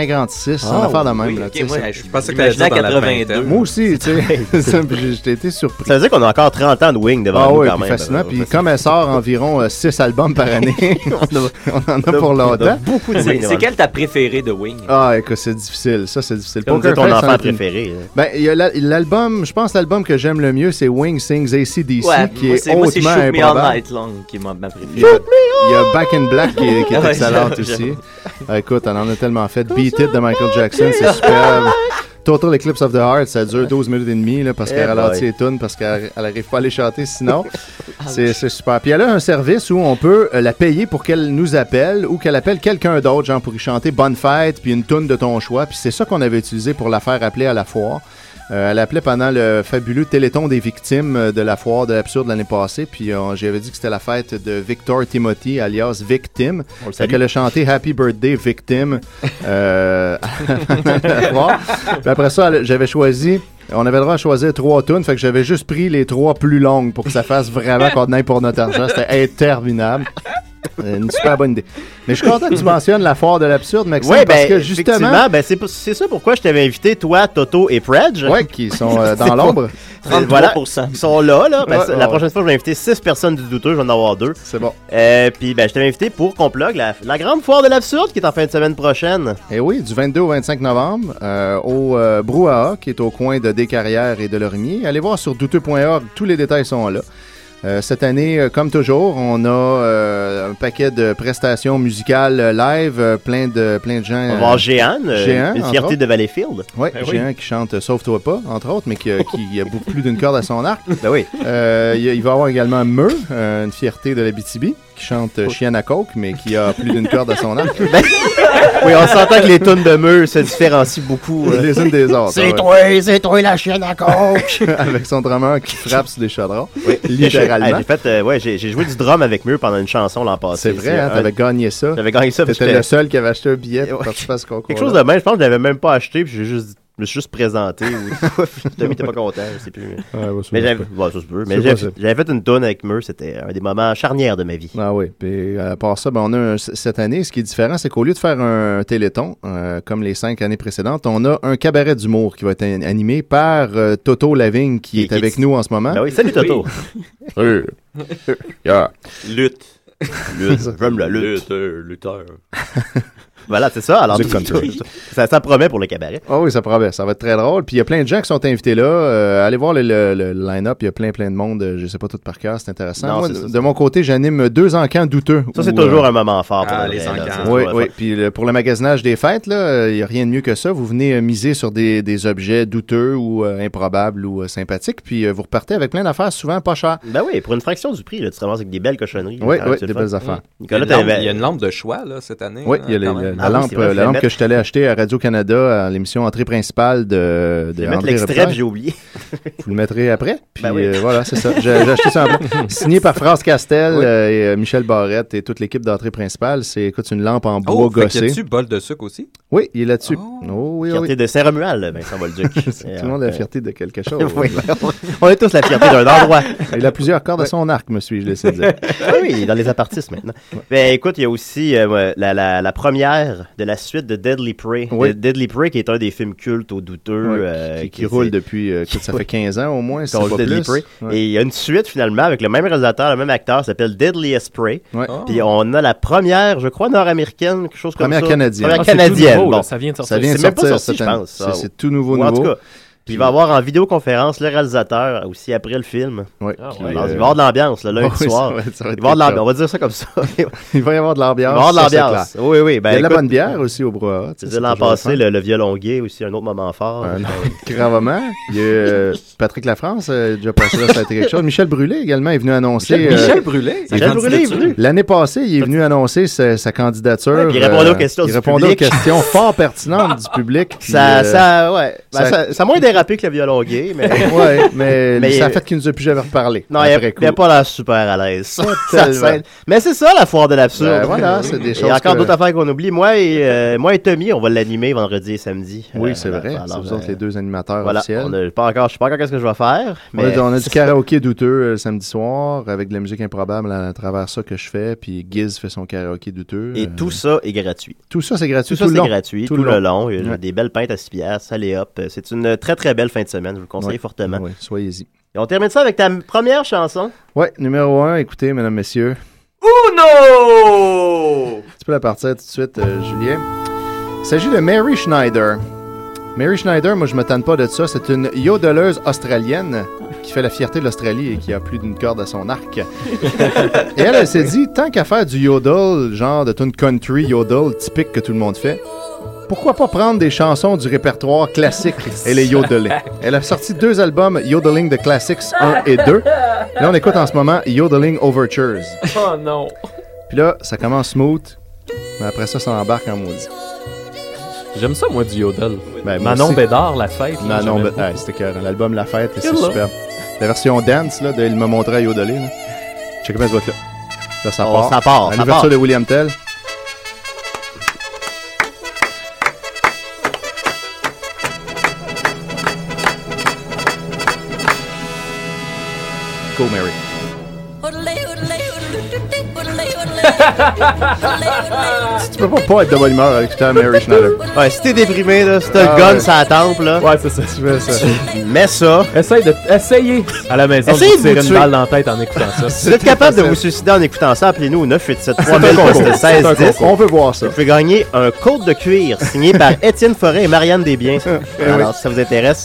56, en affaire de même. Oui, là, okay, moi, je pensais que t'allais dire 82. Moi aussi, tu sais. J'ai été surpris. Ça veut dire qu'on a encore 30 ans de Wing devant nous quand même. Fascinant. Puis comme elle sort environ 6 albums par année, on en a pour longtemps. C'est quelle ta préférée de Wing? Ah, écoute, c'est difficile. Ça, c'est difficile. Comme ton enfant préféré. Ben, il y a l'album, je pense l'album que j'aime le mieux, c'est Wing Sings AC/DC, qui est hautement improbable. Moi, c'est Shoot Me All Night Long qui est ma préférée. Il y a Back in Black qui est excellente aussi. Écoute, on en a tellement fait. Beat It de Michael Jackson, c'est superbe. Total Eclipse of the Heart, ça dure 12 minutes et demie là, parce qu'elle ralentit les tunes, parce qu'elle n'arrive pas à les chanter sinon. C'est super. Puis elle a un service où on peut la payer pour qu'elle nous appelle ou qu'elle appelle quelqu'un d'autre, genre pour y chanter Bonne Fête, puis une tune de ton choix. Puis c'est ça qu'on avait utilisé pour la faire appeler à la foire. Elle appelait pendant le fabuleux Téléthon des victimes de la foire de l'absurde l'année passée. Puis j'avais dit que c'était la fête de Victor Timothy, alias Victim. Elle a chanté Happy Birthday Victim à la foire. Puis après ça, j'avais choisi... On avait le droit à choisir 3 tunes, fait que j'avais juste pris les 3 plus longues pour que ça fasse vraiment qu'on ait pour notre argent. C'était interminable. Une super bonne idée. Mais je suis content que tu mentionnes la foire de l'absurde, Maxime, parce que justement... c'est ça pourquoi je t'avais invité, toi, Toto et Predge. Oui, qui sont dans l'ombre. 33%. Voilà, ils sont là. La prochaine fois, je vais inviter 6 personnes du douteux, je vais en avoir 2. C'est bon. Puis je t'avais invité pour qu'on plug la grande foire de l'absurde qui est en fin de semaine prochaine. Et oui, du 22 au 25 novembre, au Brouhaha, qui est au coin de Descarrières et de Lorimier. Allez voir sur douteux.org, tous les détails sont là. Cette année, comme toujours, on a un paquet de prestations musicales live, plein de gens. On va voir Jeanne, une fierté de Valleyfield. Oui, Jeanne qui chante Sauve-toi pas, entre autres, mais qui a beaucoup plus d'une corde à son arc. Ben oui. Il va y avoir également Meur, une fierté de l'Abitibi, qui chante Chienne à coke, mais qui a plus d'une corde à son arc. Oui, on s'entend que les tunes de Meur se différencient beaucoup. Les unes des autres. C'est toi la chienne à coke! Avec son drummer qui frappe sur des chaudrons. Oui, littéralement. J'ai joué du drum avec Meur pendant une chanson l'an passé. C'est vrai, t'avais gagné ça. J'avais gagné ça. T'étais le seul qui avait acheté un billet pour participer à ce concours. Quelque chose de même, je pense que je l'avais même pas acheté, puis je me suis juste présenté. Tommy était pas content, je sais plus. Mais j'avais fait une toune avec Meur, c'était un des moments charnières de ma vie. Ah oui, puis à part ça, on a cette année, ce qui est différent, c'est qu'au lieu de faire un téléthon, comme les 5 années précédentes, on a un cabaret d'humour qui va être animé par Toto Lavigne, qui est avec nous en ce moment. Ben oui, salut Toto. Salut. Lutte. J'aime la lutte. Lutteur. Voilà, c'est ça. Alors, ça promet pour le cabaret. Ah oui, ça promet. Ça va être très drôle. Puis il y a plein de gens qui sont invités là. Allez voir le line-up. Il y a plein de monde. Je sais pas tout par cœur. C'est intéressant. Non, moi, c'est ça, de mon côté, j'anime 2 encans douteux. Ça, c'est toujours un moment fort pour les encans. Oui. Puis pour le magasinage des fêtes, il n'y a rien de mieux que ça. Vous venez miser sur des objets douteux ou improbables ou sympathiques. Puis vous repartez avec plein d'affaires, souvent pas chères. Ben oui, pour une fraction du prix, là, tu te ramasses avec des belles cochonneries. Oui, des belles affaires. Nicolas, il y a une lampe de choix là, cette année. Oui, il y a la lampe que je t'allais acheter à Radio-Canada à l'émission Entrée principale de je vais mettre l'extrait, j'ai oublié. Vous le mettrez après. Puis oui. voilà, c'est ça. J'ai acheté ça en blanc. Signé par France Castel et Michel Barrette et toute l'équipe d'Entrée principale. C'est une lampe en bois gossé. Y a-tu bol de sucre aussi? Oui, il est là-dessus. Fierté de Saint-Romuald, Vincent Bolduc. Tout le monde a la fierté de quelque chose. Oui. On est tous la fierté d'un endroit. Il a plusieurs cordes à son arc, me suis-je laissé dire. Oui, il est dans les apartistes maintenant. Ben, écoute, il y a aussi la première de la suite de Deadly Prey. Deadly Prey, qui est un des films cultes aux douteux. Qui roule depuis, ça fait 15 ans au moins. Deadly Prey. Et il y a une suite finalement avec le même réalisateur, le même acteur, ça s'appelle Deadliest Prey. Puis on a la première, je crois, nord-américaine, quelque chose comme ça. Première canadienne. Première canadienne. Nouveau, bon, là, ça vient de sortir. C'est même pas sorti, je pense. C'est tout nouveau. En tout cas. Puis il va y avoir en vidéoconférence le réalisateur aussi après le film. Oui. Il va y avoir de l'ambiance le lundi soir. Ça va il va y avoir de l'ambiance. On va dire ça comme ça. Il va y avoir de l'ambiance. Il va y avoir de l'ambiance. Oui. Ben, il y a de la bonne bière aussi au Brouhaha. C'est l'an passé, le violon gay aussi, un autre moment fort. Grand moment. Il y a Patrick Lafrance, déjà passé là, ça a été quelque chose. Michel Brûlé également est venu annoncer. Michel Brûlé est venu. L'année passée, il est venu annoncer sa candidature. Il répondait aux questions du public. aux questions fort pertinentes du public. Ça a moins dérapé que le violon gay. Mais ça a fait qu'il nous a plus jamais reparlé. Non, il n'a pas l'air super à l'aise. Mais c'est ça la foire de l'absurde. Voilà, c'est des choses. Il y a encore d'autres affaires qu'on oublie. Moi et Tommy, on va l'animer vendredi et samedi. Oui, c'est vrai. C'est vous autres les 2 animateurs officiels. Je ne sais pas encore qu'est-ce que je vais faire. Mais on a du karaoké douteux le samedi soir avec de la musique improbable à travers ça que je fais. Puis Giz fait son karaoké douteux. Et tout ça est gratuit. Tout ça, c'est gratuit. Tout ça, c'est gratuit tout le long. Il y a des belles pintes à 6 piastres. Allez hop. C'est une très très belle fin de semaine. Je vous le conseille fortement. Oui, soyez-y. Et on termine ça avec ta première chanson. Oui, numéro 1. Écoutez, mesdames, messieurs. Uno! Tu peux la partir tout de suite, Julien. Il s'agit de Mary Schneider. Mary Schneider, moi, je me tanne pas de ça. C'est une yodeleuse australienne qui fait la fierté de l'Australie et qui a plus d'une corde à son arc. Et elle s'est dit, tant qu'à faire du yodel, genre de tune country yodel typique que tout le monde fait, pourquoi pas prendre des chansons du répertoire classique et les yodeler? Elle a sorti 2 albums, Yodeling the Classics 1 et 2. Là, on écoute en ce moment Yodeling Overtures. Oh non! Puis là, ça commence smooth, mais après ça embarque en maudit. J'aime ça, moi, du yodel. Manon Bédard, La Fête. Manon Bédard, c'était carré. L'album La Fête, c'est super. La version dance, là, il m'a montré à yodeler. Check bien ce vote-là. Là, ça part. Ça part. À l'ouverture de William Tell. Go, Mary. Tu peux pas être de bonne humeur avec écoutant Mary Schneider. Ouais, si t'es déprimé, là, si t'as le gun sur la tempe, là. Ouais, c'est ça, tu fais ça. Mets ça. Essayez à la maison de vous tirer une balle dans la tête en écoutant ça. Si vous êtes capable de vous suicider en écoutant ça, appelez-nous au 987-3000 On veut voir ça. Vous pouvez gagner un côte de cuir signé par Étienne Forêt et Marianne Desbiens. Alors, si ça vous intéresse.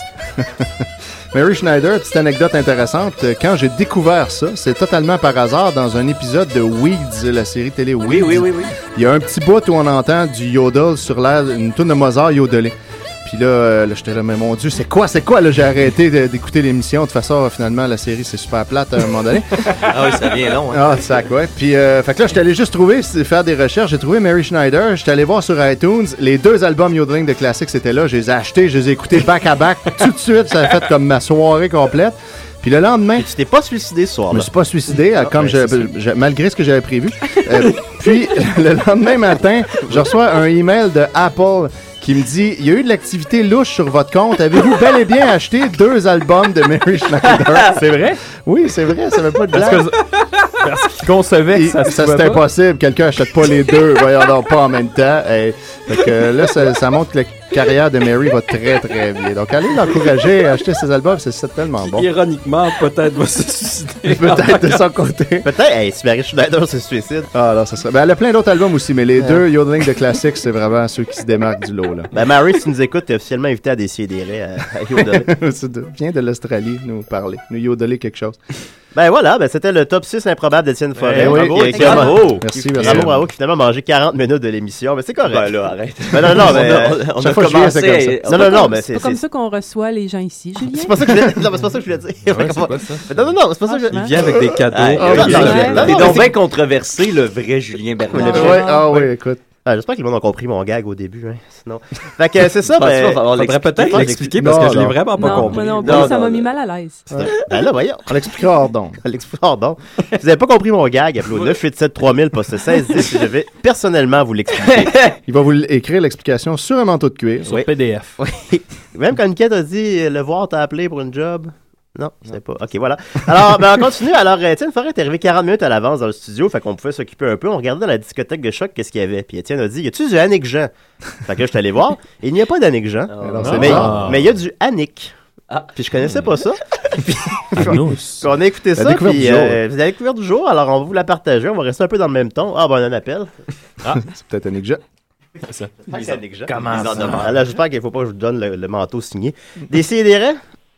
Mary Schneider, petite anecdote intéressante. Quand j'ai découvert ça, c'est totalement par hasard dans un épisode de Weeds, la série télé Weeds. Oui. Il y a un petit bout où on entend du yodel sur l'air, une toune de Mozart yodelée. Puis là, j'étais là, mais mon Dieu, c'est quoi? Là, j'ai arrêté d'écouter l'émission. De toute façon, finalement, la série, c'est super plate à un moment donné. Ah oui, ça vient long. Hein. Ah, sac, ouais. Puis, fait que là, j'étais allé juste faire des recherches. J'ai trouvé Mary Schneider. J'étais allé voir sur iTunes. Les 2 albums yodeling de classiques, c'était là. Je les ai achetés, je les ai écoutés back à back. Tout de suite, ça a fait comme ma soirée complète. Puis le lendemain... Et tu t'es pas suicidé ce soir-là? Je me suis pas suicidé, malgré ce que j'avais prévu. Puis, le lendemain matin, je reçois un email de Apple qui me dit « Il y a eu de l'activité louche sur votre compte. Avez-vous bel et bien acheté 2 albums de Mary Schneider? » C'est vrai? Oui, c'est vrai. Ça ne veut pas de blague. Parce qu'il concevait que ça c'est impossible. Quelqu'un n'achète pas les 2. Voyons donc pas en même temps. Fait que là, ça montre que la carrière de Mary va très, très bien. Donc, allez l'encourager à acheter ses albums. C'est tellement bon. Ironiquement, peut-être va se suicider. Peut-être de son côté. Peut-être, si Mary Schneider se suicide. Ah, non, ça serait... Ben, elle a plein d'autres albums aussi, mais les 2 yodeling de classiques, c'est vraiment ceux qui se démarquent du lot, là. Ben, Mary, si tu nous écoutes, t'es officiellement invité à Décider à yodeler. Viens de l'Australie nous parler, nous yodeler quelque chose. Ben voilà, c'était le top 6 improbable d'Étienne Forêt. Bravo. Merci. Bravo, qui finalement a mangé 40 minutes de l'émission, mais c'est correct. Ben là, arrête. Ben non, mais on a commencé. Non, mais c'est pas comme ça qu'on reçoit les gens ici, Julien. C'est pas ça que je voulais dire. Non, mais c'est pas ça que je voulais dire. Ouais, c'est pas ça. Non, c'est pas ça que je... Il vient avec des cadeaux. T'es donc bien controversé, le vrai Julien Bernard. Ah oui, écoute. J'espère que le monde a compris mon gag au début, hein, sinon. Fait que c'est ça, faudrait peut-être l'expliquer parce que je l'ai vraiment pas compris. Non, ça m'a mis mal à l'aise. Ben là, voyons. On l'expliquera hors d'onde. Si vous avez pas compris mon gag, appelez au 987-3000, poste 1610, je vais personnellement vous l'expliquer. Il va vous écrire l'explication sur un manteau de cuir. Sur PDF. Oui. Même quand Niket a dit le voir t'a appelé pour une job. Non, je sais pas. OK, voilà. Alors, on continue. Alors, Étienne Forêt est arrivé 40 minutes à l'avance dans le studio, fait qu'on pouvait s'occuper un peu. On regardait dans la discothèque de choc qu'est-ce qu'il y avait. Puis Étienne a dit, y a-tu du Annick Jean? Fait que là, je suis allé voir. Et il n'y a pas d'Annick Jean. Mais il y a du Annick. Puis je connaissais pas ça. Puis on a écouté ça. Puis c'est la découverte du jour. Alors, on va vous la partager. On va rester un peu dans le même ton. Ah, ben, on a un appel. C'est peut-être Annick Jean. C'est ça. C'est Annick Jean. Comment ça? Là, j'espère qu'il ne faut pas que je vous donne le manteau signé. Décidérez?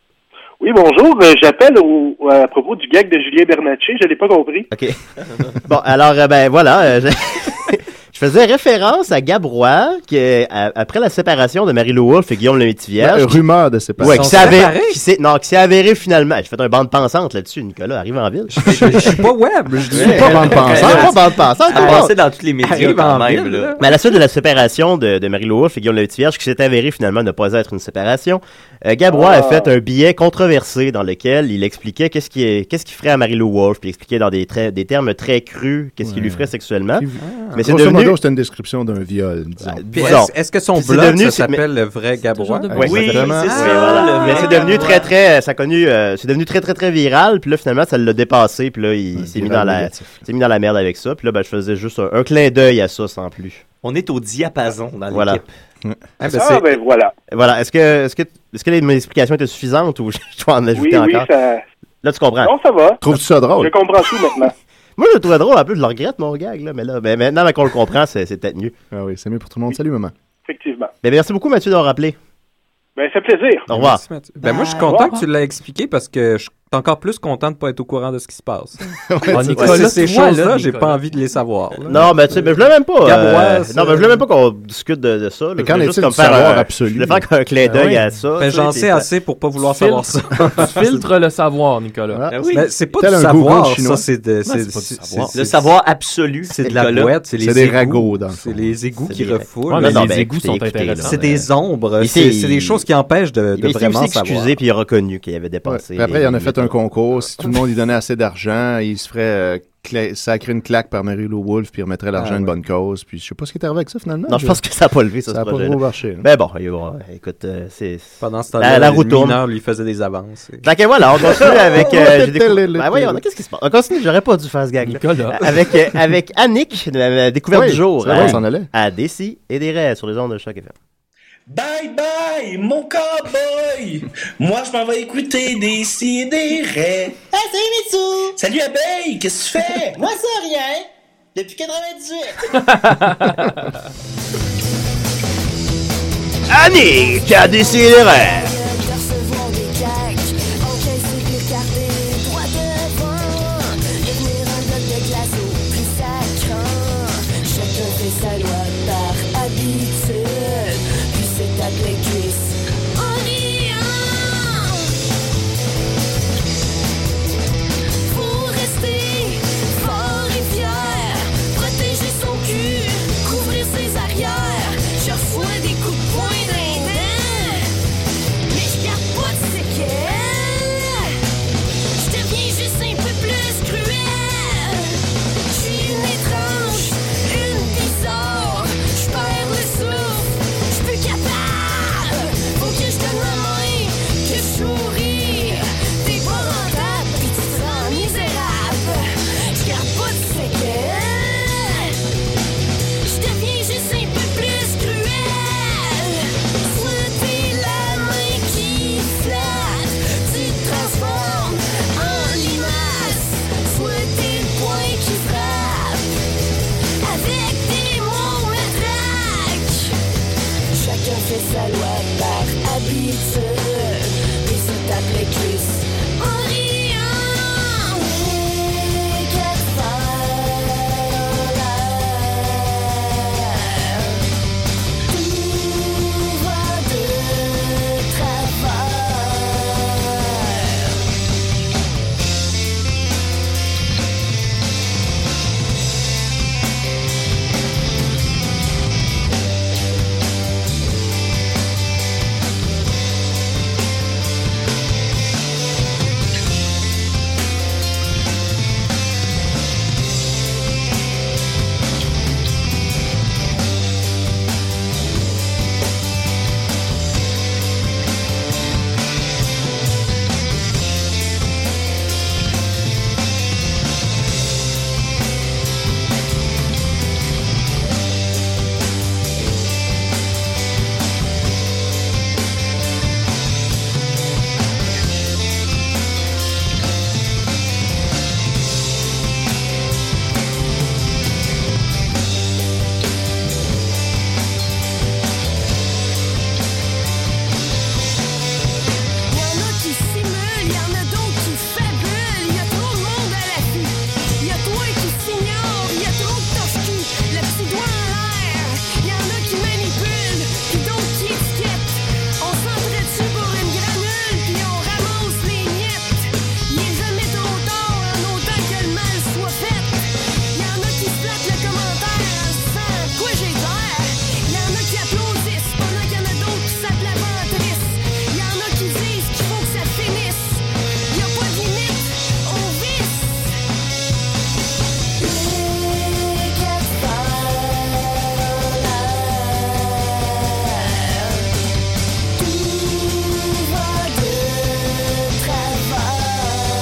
Oui, bonjour. J'appelle à propos du gag de Julien Bernatchez. Je l'ai pas compris. OK. Bon, alors, voilà. Je faisais référence à Gabrois, qui, après la séparation de Marie-Lou Wolfe et Guillaume Lemaitre-Vierge... rumeur de séparation. Ouais, qui s'est avéré finalement... J'ai fait un bande pensante là-dessus, Nicolas. Arrive en ville. Je suis pas web. Je suis pas bande pensante. Pas bande pensante. Passé dans tous les médias quand même. Là. Mais à la suite de la séparation de Marie-Lou Wolfe et Guillaume Lemaitre-Vierge, qui s'est avéré finalement ne pas être une séparation, Gabrois a fait un billet controversé dans lequel il expliquait qu'est-ce qu'il ferait à Marie-Lou Wolfe, puis il expliquait dans des termes très crus qu'est-ce qu'il lui ferait sexuellement. Mais c'est devenu... C'était une description d'un viol, disons. Est-ce que son blog s'appelle Le Vrai Gabrois? Oui, c'est ça. Mais c'est devenu c'est devenu très viral, puis là finalement ça l'a dépassé, puis là il s'est mis dans la merde avec ça, puis là je faisais juste un clin d'œil à ça sans plus. On est au diapason dans l'équipe. Voilà. Voilà, est-ce que mes explications étaient suffisantes ou je dois en ajouter encore? Oui, ça... Là tu comprends. Non, ça va. Trouves-tu ça drôle? Je comprends tout maintenant. Moi, je le trouvais drôle un peu, je le regrette, mon gag, là, mais là, maintenant qu'on le comprend, c'est peut-être mieux. Ah oui, c'est mieux pour tout le monde. Salut, maman. Effectivement. Merci beaucoup, Mathieu, d'avoir rappelé. Ça fait plaisir. Au revoir. Merci, moi, je suis content que tu l'aies expliqué parce que je suis encore plus content de ne pas être au courant de ce qui se passe. Ces choses-là, j'ai pas envie de les savoir. Là. Non, mais tu sais, je voulais même pas. Non, mais je voulais même pas qu'on discute de ça. Mais quand est-il comme savoir absolu? Je voulais faire un clin d'œil à ça. Mais j'en sais assez pour pas vouloir savoir ça. Tu filtres le savoir, Nicolas. Mais c'est pas du savoir, ça, c'est le savoir absolu. C'est de la boîte, c'est des ragots. C'est les égouts qui refoulent. Les égouts sont intéressants. C'est des ombres. C'est des choses qui empêchent de vraiment savoir. Il s'est excusé puis il a reconnu qu'il avait dépassé. Après, il en a fait un concours. Si tout le monde lui donnait assez d'argent, il se ferait sacrer une claque par Mary-Lou Wolfe, puis il remettrait l'argent à une bonne cause. Puis je sais pas ce qui est arrivé avec ça, finalement. Non, je pense que ça n'a pas levé, ça n'a pas trop marché. Ben bon, écoute, c'est... Pendant ce temps-là, la roue le tourne. mineur lui faisait des avances. Donc voilà, on continue avec... voyons, qu'est-ce qui se passe? On continue, j'aurais pas dû faire ce gag-là. Avec Annick, la découverte du jour. À Décis et des raies sur les ondes de Choc FM. Bye bye, mon cowboy! Moi, je m'en vais écouter des si et des raies. Hey, salut Mitsou! Salut abeille, qu'est-ce que tu fais? Moi, ça, rien. Depuis 98. Annick a décidé de rêve. Sa loi par habitude, puis c'est ta cuisse en riant. Faut rester fort et fier, protéger son cul, couvrir ses arrières. Je reçois des coups de poing dans les dents, mais je garde pas de séquelles. Je deviens juste un peu plus cruel. Je suis une étrange, une bizarre, je perds le souffle, je suis plus capable. Faut que je donne la main, que je souris. T'es pas rentable, pis tu te rends misérable. Je garde pas de séquelles, je deviens juste un peu plus cruel. Soit t'es la main qui flatte, tu te transformes en limace. Soit t'es le poing qui frappe, avec des mots matraques. Chacun fait sa loi par habitude, puis se tape les cuisses en riant. Les quatre fers en l'air, tout va de travers. Y'en a qui simulent, y'en a d'autres qui fabulent. Y'a trop de monde à l'affût. Y'a toi qui s'ignore, y'a trop de torche-cul, le petit doigt en l'air. Y'en a qui manipulent, puis d'autres qui étiquettent. On s'entretue pour une granule, puis on ramasse les miettes. Il est jamais trop tard, en autant que le mal soit fait. Y'en a qui se flattent le commentaire en se disant quoi j'ai l'air. Y'en a qui applaudissent, pendant qu'il y en a d'autres qui sapent la ventrisse. Y'en a qui disent qu'il faut que ça finisse. Y'a pas de limite au vice. Les quatre fers en l'air, tout va de travers.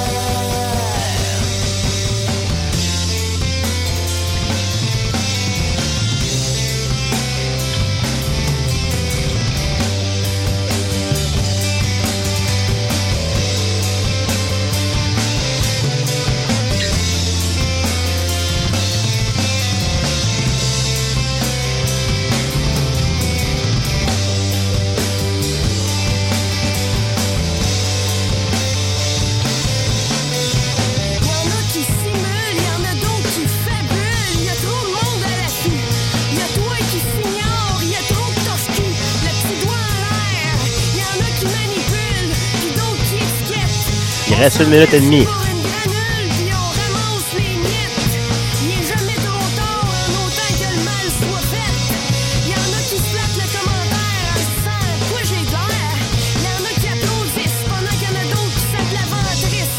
Y'en a qui simulent, y'en a d'autres qui fabulent. Y'a trop de monde à l'affût. Y'a toi qui s'ignore, y'a trop de torche-cul, le petit doigt en l'air. Y'en a qui manipulent, puis d'autres qui étiquettent. Il reste 1 minute et demie. Pour une granule, puis on ramasse les miettes. Il est jamais trop tard, en autant que le mal soit fait. Y'en a qui se flattent le commentaire en se disant quoi j'ai l'air. Y'en a qui applaudissent, pendant qu'il y en a d'autres qui sapent la ventrisse.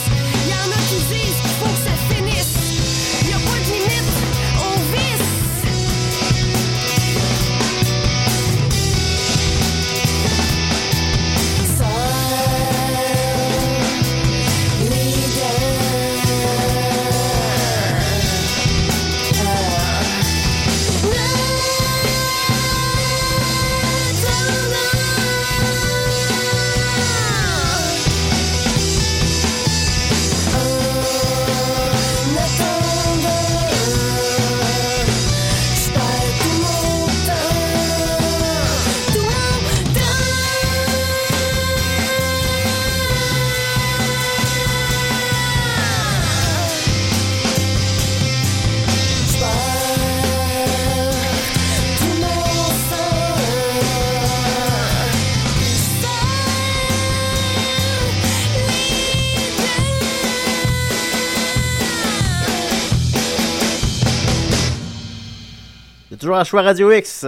toujours à Choix Radio X.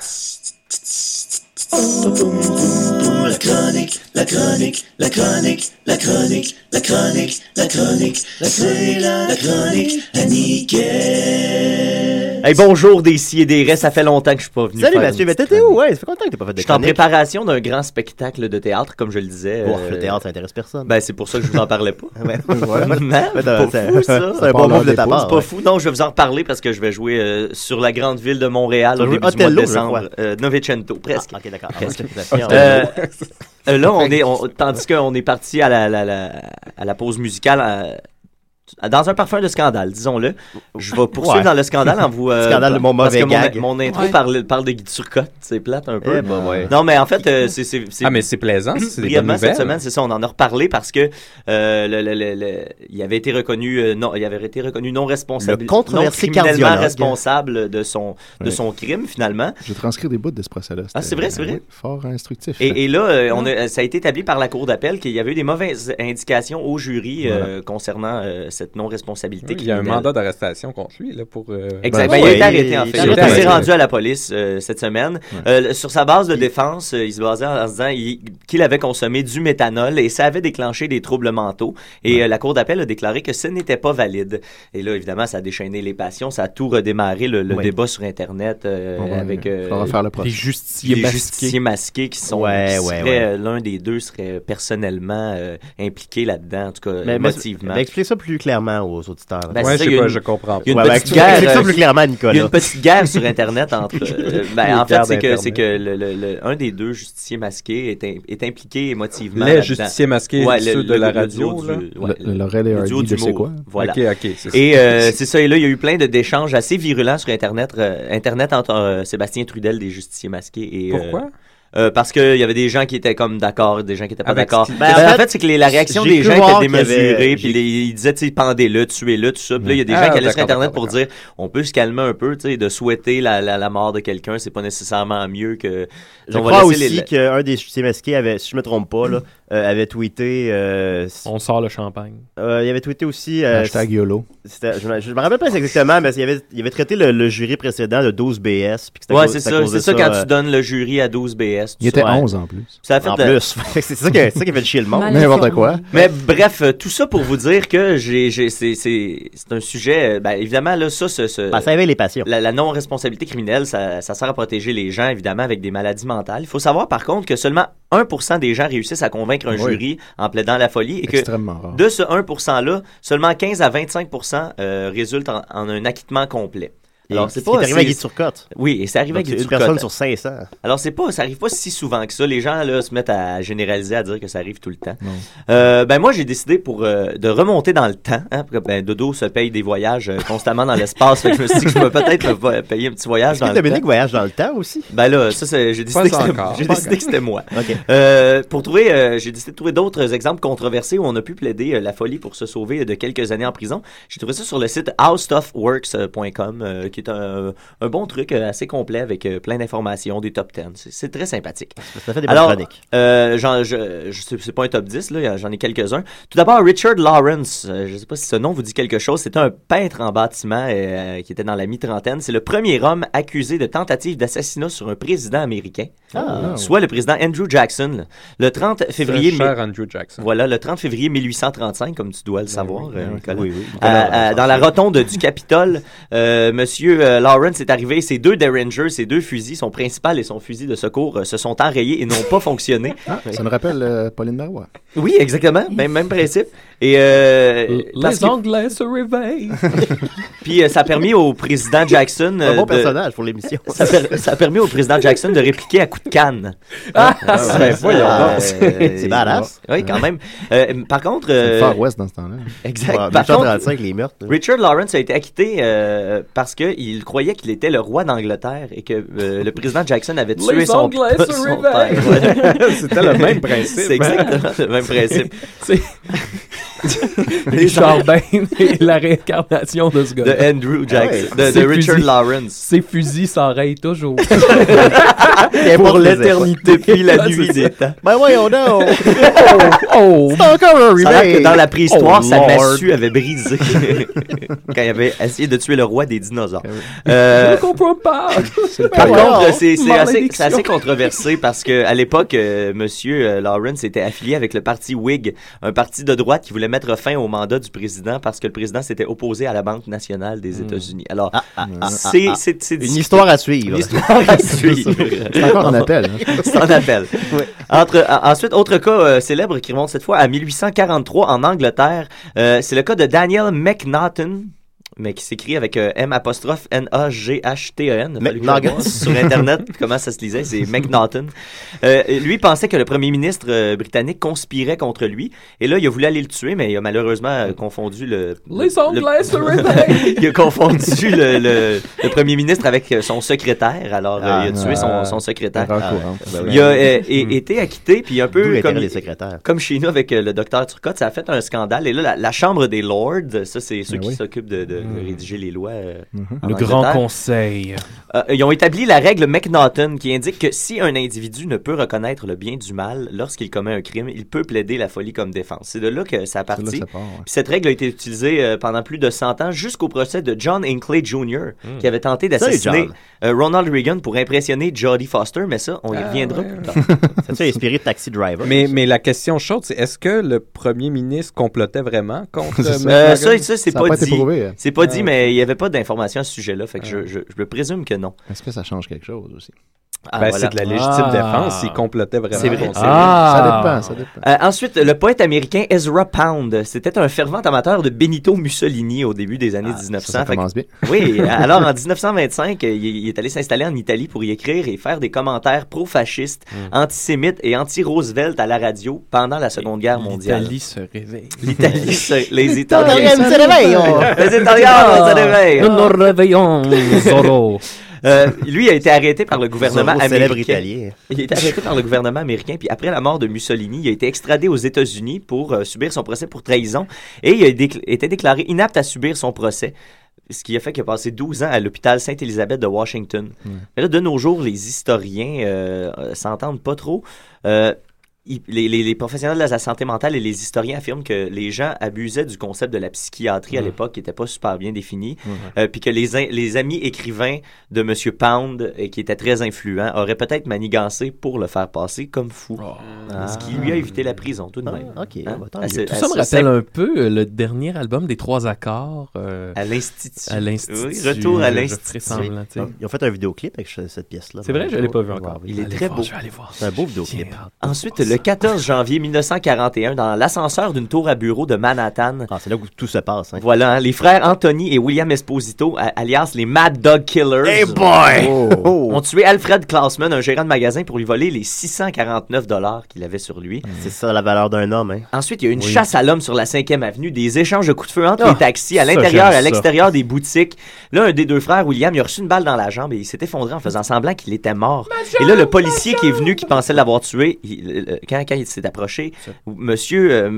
La chronique, la chronique, la chronique, la chronique, la chronique, la chronique, c'est la chronique à Nickel. Hey, bonjour des si et des restes, ça fait longtemps que je suis pas venu. Salut Mathieu, mais t'étais où? Ouais, ça fait longtemps que t'es pas fait de Je suis en chronique. préparation d'un grand spectacle de théâtre, comme je le disais. Le théâtre, ça intéresse personne. Ben, c'est pour ça que je vous en parlais pas. Ouais, voilà. Non, c'est pas fou, ça. C'est un bon move de ta part. C'est pas fou. Non, je vais vous en reparler parce que je vais jouer sur la grande ville de Montréal au début du mois de Othello, décembre. Novecento, presque. Ok, d'accord. Presque. Là, Tandis qu'on est parti à la pause musicale dans un parfum de scandale, disons-le. Je vais poursuivre dans le scandale en vous... Scandale de mon mauvais parce que gag. mon intro parle de Guy Turcotte, c'est plate un peu. Ouais. Non, mais en fait, c'est... Ah, mais c'est plaisant, c'est des bonnes brièvement, nouvelles. cette semaine, c'est ça, on en a reparlé parce que il avait été reconnu non responsable, Le controversé non criminellement cardiologue. responsable de son crime, finalement. Je transcris des bouts de ce procès-là. Ah, c'est vrai, c'est vrai. Oui, fort instructif. Et là, ça a été établi par la Cour d'appel qu'il y avait eu des mauvaises indications au jury concernant cette non-responsabilité. Oui, il y a un mandat d'arrestation contre lui là, pour... Exact. Il a été arrêté, en fait. Il s'est rendu à la police cette semaine. Sur sa base de défense, il se basait en se disant qu'il avait consommé du méthanol et ça avait déclenché des troubles mentaux. Et la Cour d'appel a déclaré que ce n'était pas valide. Et là, évidemment, ça a déchaîné les passions. Ça a tout redémarré, le débat sur Internet avec les justiciers masqués qui sont... L'un des deux serait personnellement impliqué là-dedans, en tout cas, émotivement. Expliquez ça plus clairement aux auditeurs. Ouais, je comprends pas. Il y a une petite guerre. Explique ça plus clairement à Nicolas. Il y a une petite guerre sur Internet entre... en fait, c'est que un des deux justiciers masqués est impliqué émotivement. Les justiciers masqués, ceux de la radio. Laurel et Hardy, je sais quoi. Voilà. OK, c'est ça. Et c'est ça. Et là, il y a eu plein d'échanges assez virulents sur Internet entre Sébastien Trudel des justiciers masqués et... Pourquoi? Parce qu'il y avait des gens qui étaient comme d'accord, des gens qui étaient pas Avec d'accord. en En fait, c'est que la réaction des gens était démesurée, puis ils disaient, tu sais, pendez-le, tuez-le, tout ça. Puis là, il y a des gens qui allaient sur Internet pour dire, on peut se calmer un peu, tu sais, de souhaiter la mort de quelqu'un, c'est pas nécessairement mieux que... Je crois aussi qu'un des justiciers masqués avait, si je me trompe pas, là, avait tweeté... on sort le champagne. Il avait tweeté aussi... Hashtag YOLO. Je me rappelle pas exactement, mais il avait traité le jury précédent de 12 BS. Ouais, c'est ça. C'est ça quand tu donnes le jury à 12 BS. Il était 11 en plus. Ça a fait en plus. C'est ça qui fait chier le monde. N'importe quoi. Mais bref, tout ça pour vous dire que c'est un sujet... évidemment, là, ça éveille les passions. La non-responsabilité criminelle, ça sert à protéger les gens, évidemment, avec des maladies mentales. Il faut savoir, par contre, que seulement 1% des gens réussissent à convaincre un jury en plaidant la folie et que de ce 1%-là, seulement 15 à 25% résultent en un acquittement complet. Alors, c'est arrivé à Guy Turcotte. Oui, et c'est arrivé à Guy Turcotte. Une personne sur 500. Alors, ça arrive pas si souvent que ça. Les gens, là, se mettent à généraliser, à dire que ça arrive tout le temps. Moi, j'ai décidé de remonter dans le temps, hein, pour que, Dodo se paye des voyages constamment dans l'espace. Fait que je me suis dit que je peux peut-être payer un petit voyage dans le temps. Dominique voyage dans le temps aussi? Là, ça, j'ai décidé que c'était moi. Okay. J'ai décidé de trouver d'autres exemples controversés où on a pu plaider la folie pour se sauver de quelques années en prison. J'ai trouvé ça sur le site howstuffworks.com, qui est un bon truc assez complet avec plein d'informations, des top 10. C'est très sympathique. Ça fait des bonnes chroniques. C'est pas un top 10, là, j'en ai quelques-uns. Tout d'abord, Richard Lawrence. Je sais pas si ce nom vous dit quelque chose. C'était un peintre en bâtiment qui était dans la mi-trentaine. C'est le premier homme accusé de tentative d'assassinat sur un président américain. Soit le président Andrew Jackson. Le 30 février... Andrew Jackson. Voilà, le 30 février 1835, comme tu dois le savoir, Nicolas. Dans la rotonde du Capitole, Monsieur Lawrence est arrivé, ses deux Derringer, ses deux fusils, son principal et son fusil de secours, se sont enrayés et n'ont pas fonctionné. Ça me rappelle Pauline Marois. Oui, exactement, même principe. Et les Anglais se réveillent. Puis ça a permis au président Jackson... un bon personnage pour l'émission. Ça a permis au président Jackson de répliquer à coups de canne. C'est badass. Oui, quand même. Par contre... c'est le Far West dans ce temps-là. Exact. Par contre, les meurtres. Richard Lawrence a été acquitté parce qu'il croyait qu'il était le roi d'Angleterre et que le président Jackson avait tué son père. C'était le même principe. C'est exactement le même principe. Richard Bain est la réincarnation de ce gars. De Andrew Jackson, de Richard Lawrence. Ses fusils s'enrayent toujours. Pour l'éternité, puis la nuit des temps. Ben voyons donc! C'est encore un remake! Ça a l'air que dans la préhistoire, sa massue avait brisé quand il avait essayé de tuer le roi des dinosaures. Je ne comprends pas! Par contre, c'est assez controversé parce qu'à l'époque, Monsieur Lawrence était affilié avec le parti Whig, un parti de droite qui voulait mettre fin au mandat du président parce que le président s'était opposé à la Banque nationale des États-Unis. Alors, c'est une histoire à suivre. Une histoire à suivre. C'est encore un appel. C'est un appel. Ensuite, autre cas célèbre qui remonte cette fois à 1843 en Angleterre. C'est le cas de Daniel McNaughton, mais qui s'écrit avec M''N-A-G-H-T-E-N. McNaughton. Sur Internet, comment ça se lisait, c'est McNaughton. Lui pensait que le premier ministre britannique conspirait contre lui. Et là, il a voulu aller le tuer, mais il a malheureusement confondu Les Anglais se réveillent! Il a confondu le premier ministre avec son secrétaire. Alors, il a tué son secrétaire. Il a été acquitté, puis un peu comme chez nous avec le docteur Turcotte, ça a fait un scandale. Et là, la Chambre des Lords, ça, c'est ceux qui s'occupent de rédiger les lois. Le Grand Conseil. Ils ont établi la règle McNaughton qui indique que si un individu ne peut reconnaître le bien du mal lorsqu'il commet un crime, il peut plaider la folie comme défense. C'est de là que ça partit. Puis cette règle a été utilisée pendant plus de 100 ans jusqu'au procès de John Hinckley Jr. qui avait tenté d'assassiner Ronald Reagan pour impressionner Jodie Foster, mais ça, on y reviendra plus tard. Ça a inspiré Taxi Driver. Mais la question chaude, c'est est-ce que le premier ministre complotait vraiment contre ça, c'est pas dit. C'est pas dit, mais il n'y avait pas d'informations à ce sujet-là. Fait que je me présume que non. Est-ce que ça change quelque chose aussi? Voilà. C'est de la légitime défense s'il complétait vraiment. C'est vrai. Ça dépend. Ensuite, le poète américain Ezra Pound, c'était un fervent amateur de Benito Mussolini au début des années 1900. Ça commence bien. Oui, alors en 1925, il est allé s'installer en Italie pour y écrire et faire des commentaires pro-fascistes, antisémites et anti-Roosevelt à la radio pendant la Seconde Guerre mondiale. L'Italie se réveille. Les Italiens se réveillent. Les Italiens se réveillent. Nous nous réveillons, Zorro. Lui a été arrêté par le gouvernement américain. Italien. Il a été arrêté par le gouvernement américain, puis après la mort de Mussolini, il a été extradé aux États-Unis pour subir son procès pour trahison, et il a été déclaré inapte à subir son procès. Ce qui a fait qu'il a passé 12 ans à l'hôpital Sainte-Élisabeth de Washington. Mais là, de nos jours, les historiens s'entendent pas trop. Les professionnels de la santé mentale et les historiens affirment que les gens abusaient du concept de la psychiatrie à l'époque, qui n'était pas super bien défini, puis que les amis écrivains de M. Pound, qui étaient très influents, auraient peut-être manigancé pour le faire passer comme fou. Ce qui lui a évité la prison, tout de même. Tout ça me rappelle un peu le dernier album des Trois Accords. À l'Institut. Oui, retour à l'Institut. Ils ont fait un vidéoclip avec cette pièce-là. C'est vrai, je ne l'ai pas vu encore. Il est très beau. Je vais aller voir. C'est un beau vidéoclip. Ensuite, le 14 janvier 1941, dans l'ascenseur d'une tour à bureau de Manhattan. C'est là où tout se passe. Voilà, les frères Anthony et William Esposito, alias les Mad Dog Killers, hey boy! ont tué Alfred Klausman, un gérant de magasin, pour lui voler les $649 qu'il avait sur lui. C'est ça la valeur d'un homme. Ensuite, il y a eu une chasse à l'homme sur la 5e avenue, des échanges de coups de feu entre les taxis, à l'intérieur et à l'extérieur des boutiques. Là, un des deux frères, William, il a reçu une balle dans la jambe et il s'est effondré en faisant semblant qu'il était mort. Et là, le policier qui est venu, qui pensait l'avoir tué, quand il s'est approché, Monsieur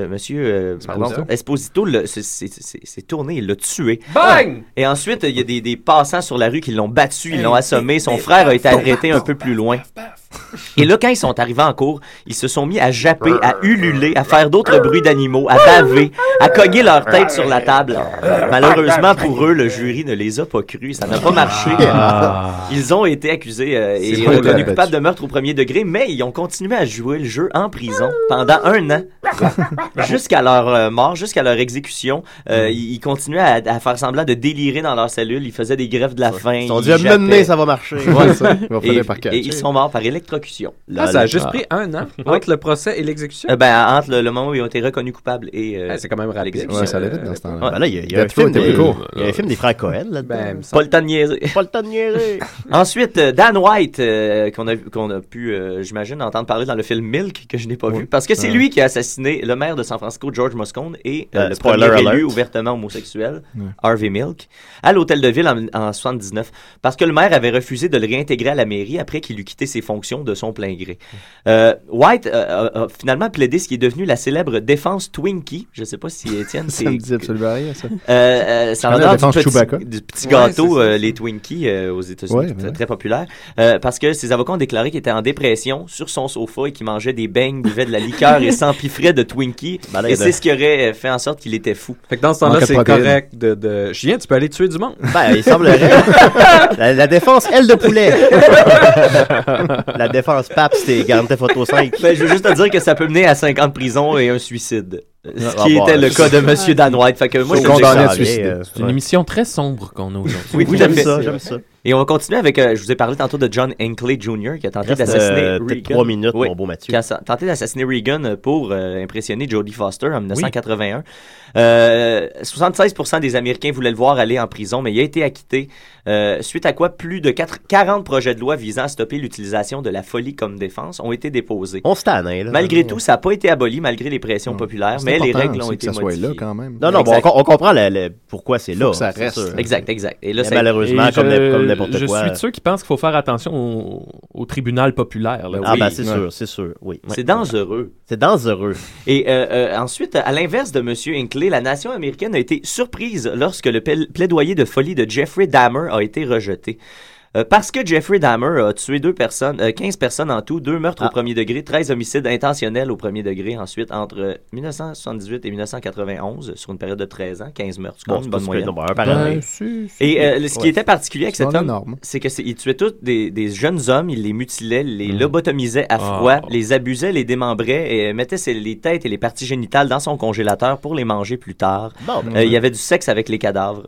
Esposito s'est tourné, il l'a tué. Bang! Et ensuite, il y a des passants sur la rue qui l'ont battu, ils l'ont assommé. Son frère a été arrêté un peu plus loin. Et là, quand ils sont arrivés en cours, ils se sont mis à japper, à ululer, à faire d'autres bruits d'animaux, à baver, à cogner leur tête sur la table. Malheureusement pour eux, le jury ne les a pas crus. Ça n'a pas marché. Ils ont été accusés et reconnus coupables de meurtre au premier degré, mais ils ont continué à jouer le jeu en prison pendant 1 an. Jusqu'à leur mort, jusqu'à leur exécution. Ils continuaient à faire semblant de délirer dans leur cellule. Ils faisaient des grèves de la faim. Ils ont dit « ça va marcher. » Et ils sont morts par électrocution. Ça a juste pris 1 an entre le procès et l'exécution? Entre le moment où ils ont été reconnus coupables et c'est quand même rapide. Ouais, ça allait vite dans ce temps-là. Il y a un film des frères Cohen là-dedans. Pas le temps de niaiser. Pas le temps de niaiser. Ensuite, Dan White, qu'on a pu, j'imagine, entendre parler dans le film Milk, que je n'ai pas vu, parce que c'est lui qui a assassiné le maire de San Francisco, George Moscone, et le premier élu ouvertement homosexuel, Harvey Milk, à l'hôtel de ville en 79, parce que le maire avait refusé de le réintégrer à la mairie après qu'il eut quitté ses fonctions de son plein gré. White a finalement plaidé ce qui est devenu la célèbre défense Twinkie. Je ne sais pas si Étienne... Ça me dit absolument rien, ça. Ça en a du petit gâteau, les Twinkies aux États-Unis, très populaire. Parce que ses avocats ont déclaré qu'il était en dépression sur son sofa et qu'il mangeait des beignes, buvait de la liqueur et s'empiffrait de Twinkie. Et c'est ce qui aurait fait en sorte qu'il était fou. Fait que dans ce temps-là, c'est correct de... Julien, tu peux aller tuer du monde. Ben, il semblerait. la défense, aile de poulet. La défense PAP, c'était garantie photo 5. Ben, je veux juste te dire que ça peut mener à 5 ans de prison et un suicide. Ce qui était le cas de M. Dan White. Fait que moi, je condamné à suicider. C'est une émission très sombre qu'on a aujourd'hui. Oui, j'aime ça. Et on va continuer avec, je vous ai parlé tantôt de John Hinckley Jr. qui a tenté d'assassiner Reagan. 3 minutes, mon beau Mathieu. Qui a tenté d'assassiner Reagan pour impressionner Jodie Foster en 1981. 76% des Américains voulaient le voir aller en prison, mais il a été acquitté. Suite à quoi, plus de 40 projets de loi visant à stopper l'utilisation de la folie comme défense ont été déposés. On se tanne, là. Malgré tout, ça n'a pas été aboli, malgré les pressions populaires, mais les règles ont été modifiées. Que ça soit là, quand même. Non, bon, on comprend pourquoi c'est là. Faut que ça reste. Exact. Et là, malheureusement, comme n'importe quoi. Je suis de ceux qui pensent qu'il faut faire attention au tribunal populaire. Là. C'est sûr, oui. C'est dangereux. Et ensuite, à l'inverse de M. Hinckley, la nation américaine a été surprise lorsque le plaidoyer de folie de Jeffrey Dahmer a été rejeté. Parce que Jeffrey Dahmer a tué 15 personnes en tout, 2 meurtres au premier degré, 13 homicides intentionnels au premier degré ensuite entre 1978 et 1991 sur une période de 13 ans, 15 meurtres, c'est une bonne moyenne. Et ce qui était particulier avec cet homme, c'est qu'il tuait tous des jeunes hommes, il les mutilait, les lobotomisait à froid, les abusait, les démembrait et mettait les têtes et les parties génitales dans son congélateur pour les manger plus tard. Il y avait du sexe avec les cadavres.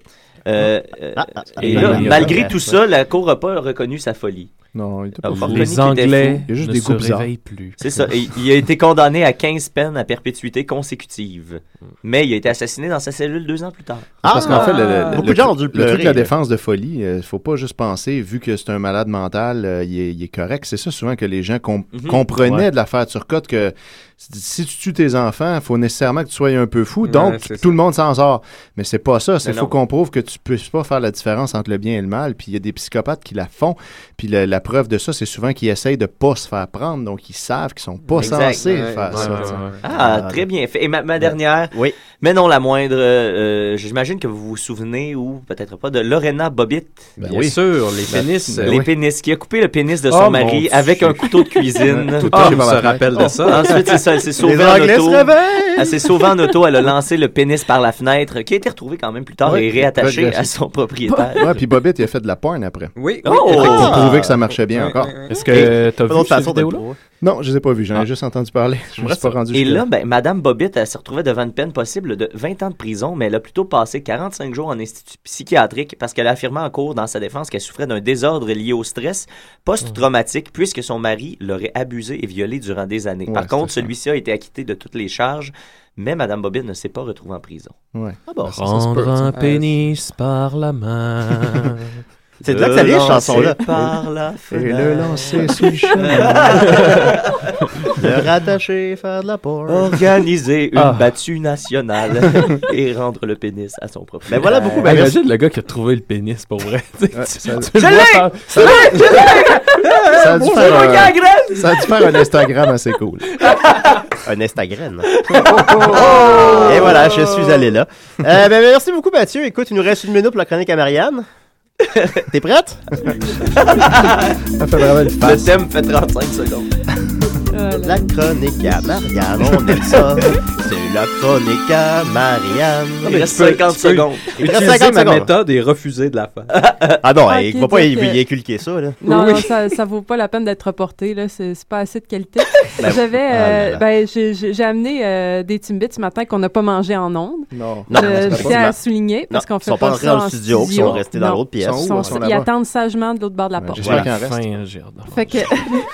Et là, malgré tout ça, la Cour n'a pas reconnu sa folie. Non, il était pas fou. Les Anglais il y a juste ne des se bizarres. réveillent plus. C'est ça. Et il a été condamné à 15 peines à perpétuité consécutive. Mais il a été assassiné dans sa cellule 2 ans plus tard. Parce qu'en fait, beaucoup de gens ont dû pleurer. Le truc de la défense de folie, il faut pas juste penser, vu que c'est un malade mental, il est correct. C'est ça souvent que les gens comprenaient de l'affaire Turcotte, que si tu tues tes enfants, il faut nécessairement que tu sois un peu fou. Donc, tout le monde s'en sort. Mais c'est pas ça. Il faut qu'on prouve que tu ne puisses pas faire la différence entre le bien et le mal. Puis il y a des psychopathes qui la font. Puis la preuve de ça, c'est souvent qu'ils essayent de pas se faire prendre. Donc, ils savent qu'ils sont pas censés faire ça. Très bien fait. Et ma dernière, mais non la moindre, j'imagine que vous vous souvenez, ou peut-être pas, de Lorena Bobbitt. Bien sûr, les pénis. Les pénis. Qui a coupé le pénis de son mari avec un couteau de cuisine. Tout le monde se rappelle de ça. Ensuite, c'est ça. Elle s'est sauvée en auto. Elle s'est sauvée en auto. Elle a lancé le pénis par la fenêtre, qui a été retrouvé quand même plus tard et réattaché à son propriétaire. Ouais, puis Bobbitt, il a fait de la porn après. Oui. Pour prouver que ça marchait bien encore. Est-ce que tu as vu cette vidéo-là? Non, je les ai pas vus. J'en ai juste entendu parler. Je me suis pas rendu Et là, Madame Bobbitt, elle s'est retrouvée devant une peine possible de 20 ans de prison, mais elle a plutôt passé 45 jours en institut psychiatrique parce qu'elle a affirmé en cours dans sa défense qu'elle souffrait d'un désordre lié au stress post-traumatique puisque son mari l'aurait abusée et violée durant des années. Par contre, celui-ci a été acquitté de toutes les charges, mais Madame Bobbitt ne s'est pas retrouvée en prison. Ouais. Prendre un pénis par la main. C'est de là que ça vient, cette chanson-là. Par la fenêtre. Et le lancer sous le chemin. Le rattacher, faire de la porn. Organiser une battue nationale et rendre le pénis à son propriétaire. Mais voilà beaucoup. Imagine le gars qui a trouvé le pénis, pour vrai. Ça a dû faire un Instagram assez cool. Un Instagram. Et voilà, je suis allé là. Merci beaucoup, Mathieu. Écoute, il nous reste 1 minute pour la chronique à Marianne. T'es prête? Ça fait vraiment une face. Le thème fait 35 secondes. La chronique à Marianne, on aime ça. C'est la chronique à Marianne. Il reste 50 secondes. Utiliser ma méthode et refuser de la faire. Ah non, il ne va pas y inculquer ça. Là. Non, ça vaut pas la peine d'être reporté. Là. C'est pas assez de qualité. J'ai amené des Timbits ce matin qu'on n'a pas mangé en ondes. Non. Je tiens à souligner parce qu'on fait pas ça en studio. Ils sont restés dans l'autre pièce. Ils attendent sagement de l'autre bord de la porte. J'espère qu'il en reste. Fait que...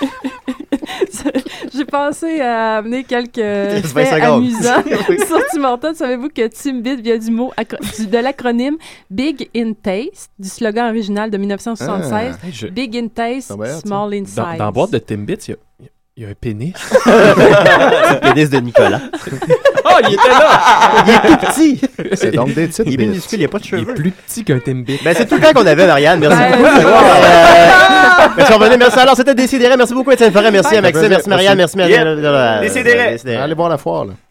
J'ai pensé à amener quelques faits amusants sur Tim Hortons. Savez-vous que Timbit vient du mot de l'acronyme Big in Taste, du slogan original de 1976. Big in Taste, Small in Size. Dans la boîte de Timbit, il Il y a un pénis. Le pénis de Nicolas. Oh, il était là! Il est tout petit. C'est donc des petites Il est bits. minuscule, il n'y a pas de cheveux. Il est plus petit qu'un Timbit. Ben, c'est tout le temps qu'on avait, Marianne. Merci beaucoup. Merci, on venait. Merci. Alors, c'était Décidéré. Merci beaucoup, Étienne Forêt. Merci à Maxime. Merci, Marianne. Merci, Marianne. Décidéré. Allez voir la foire, là.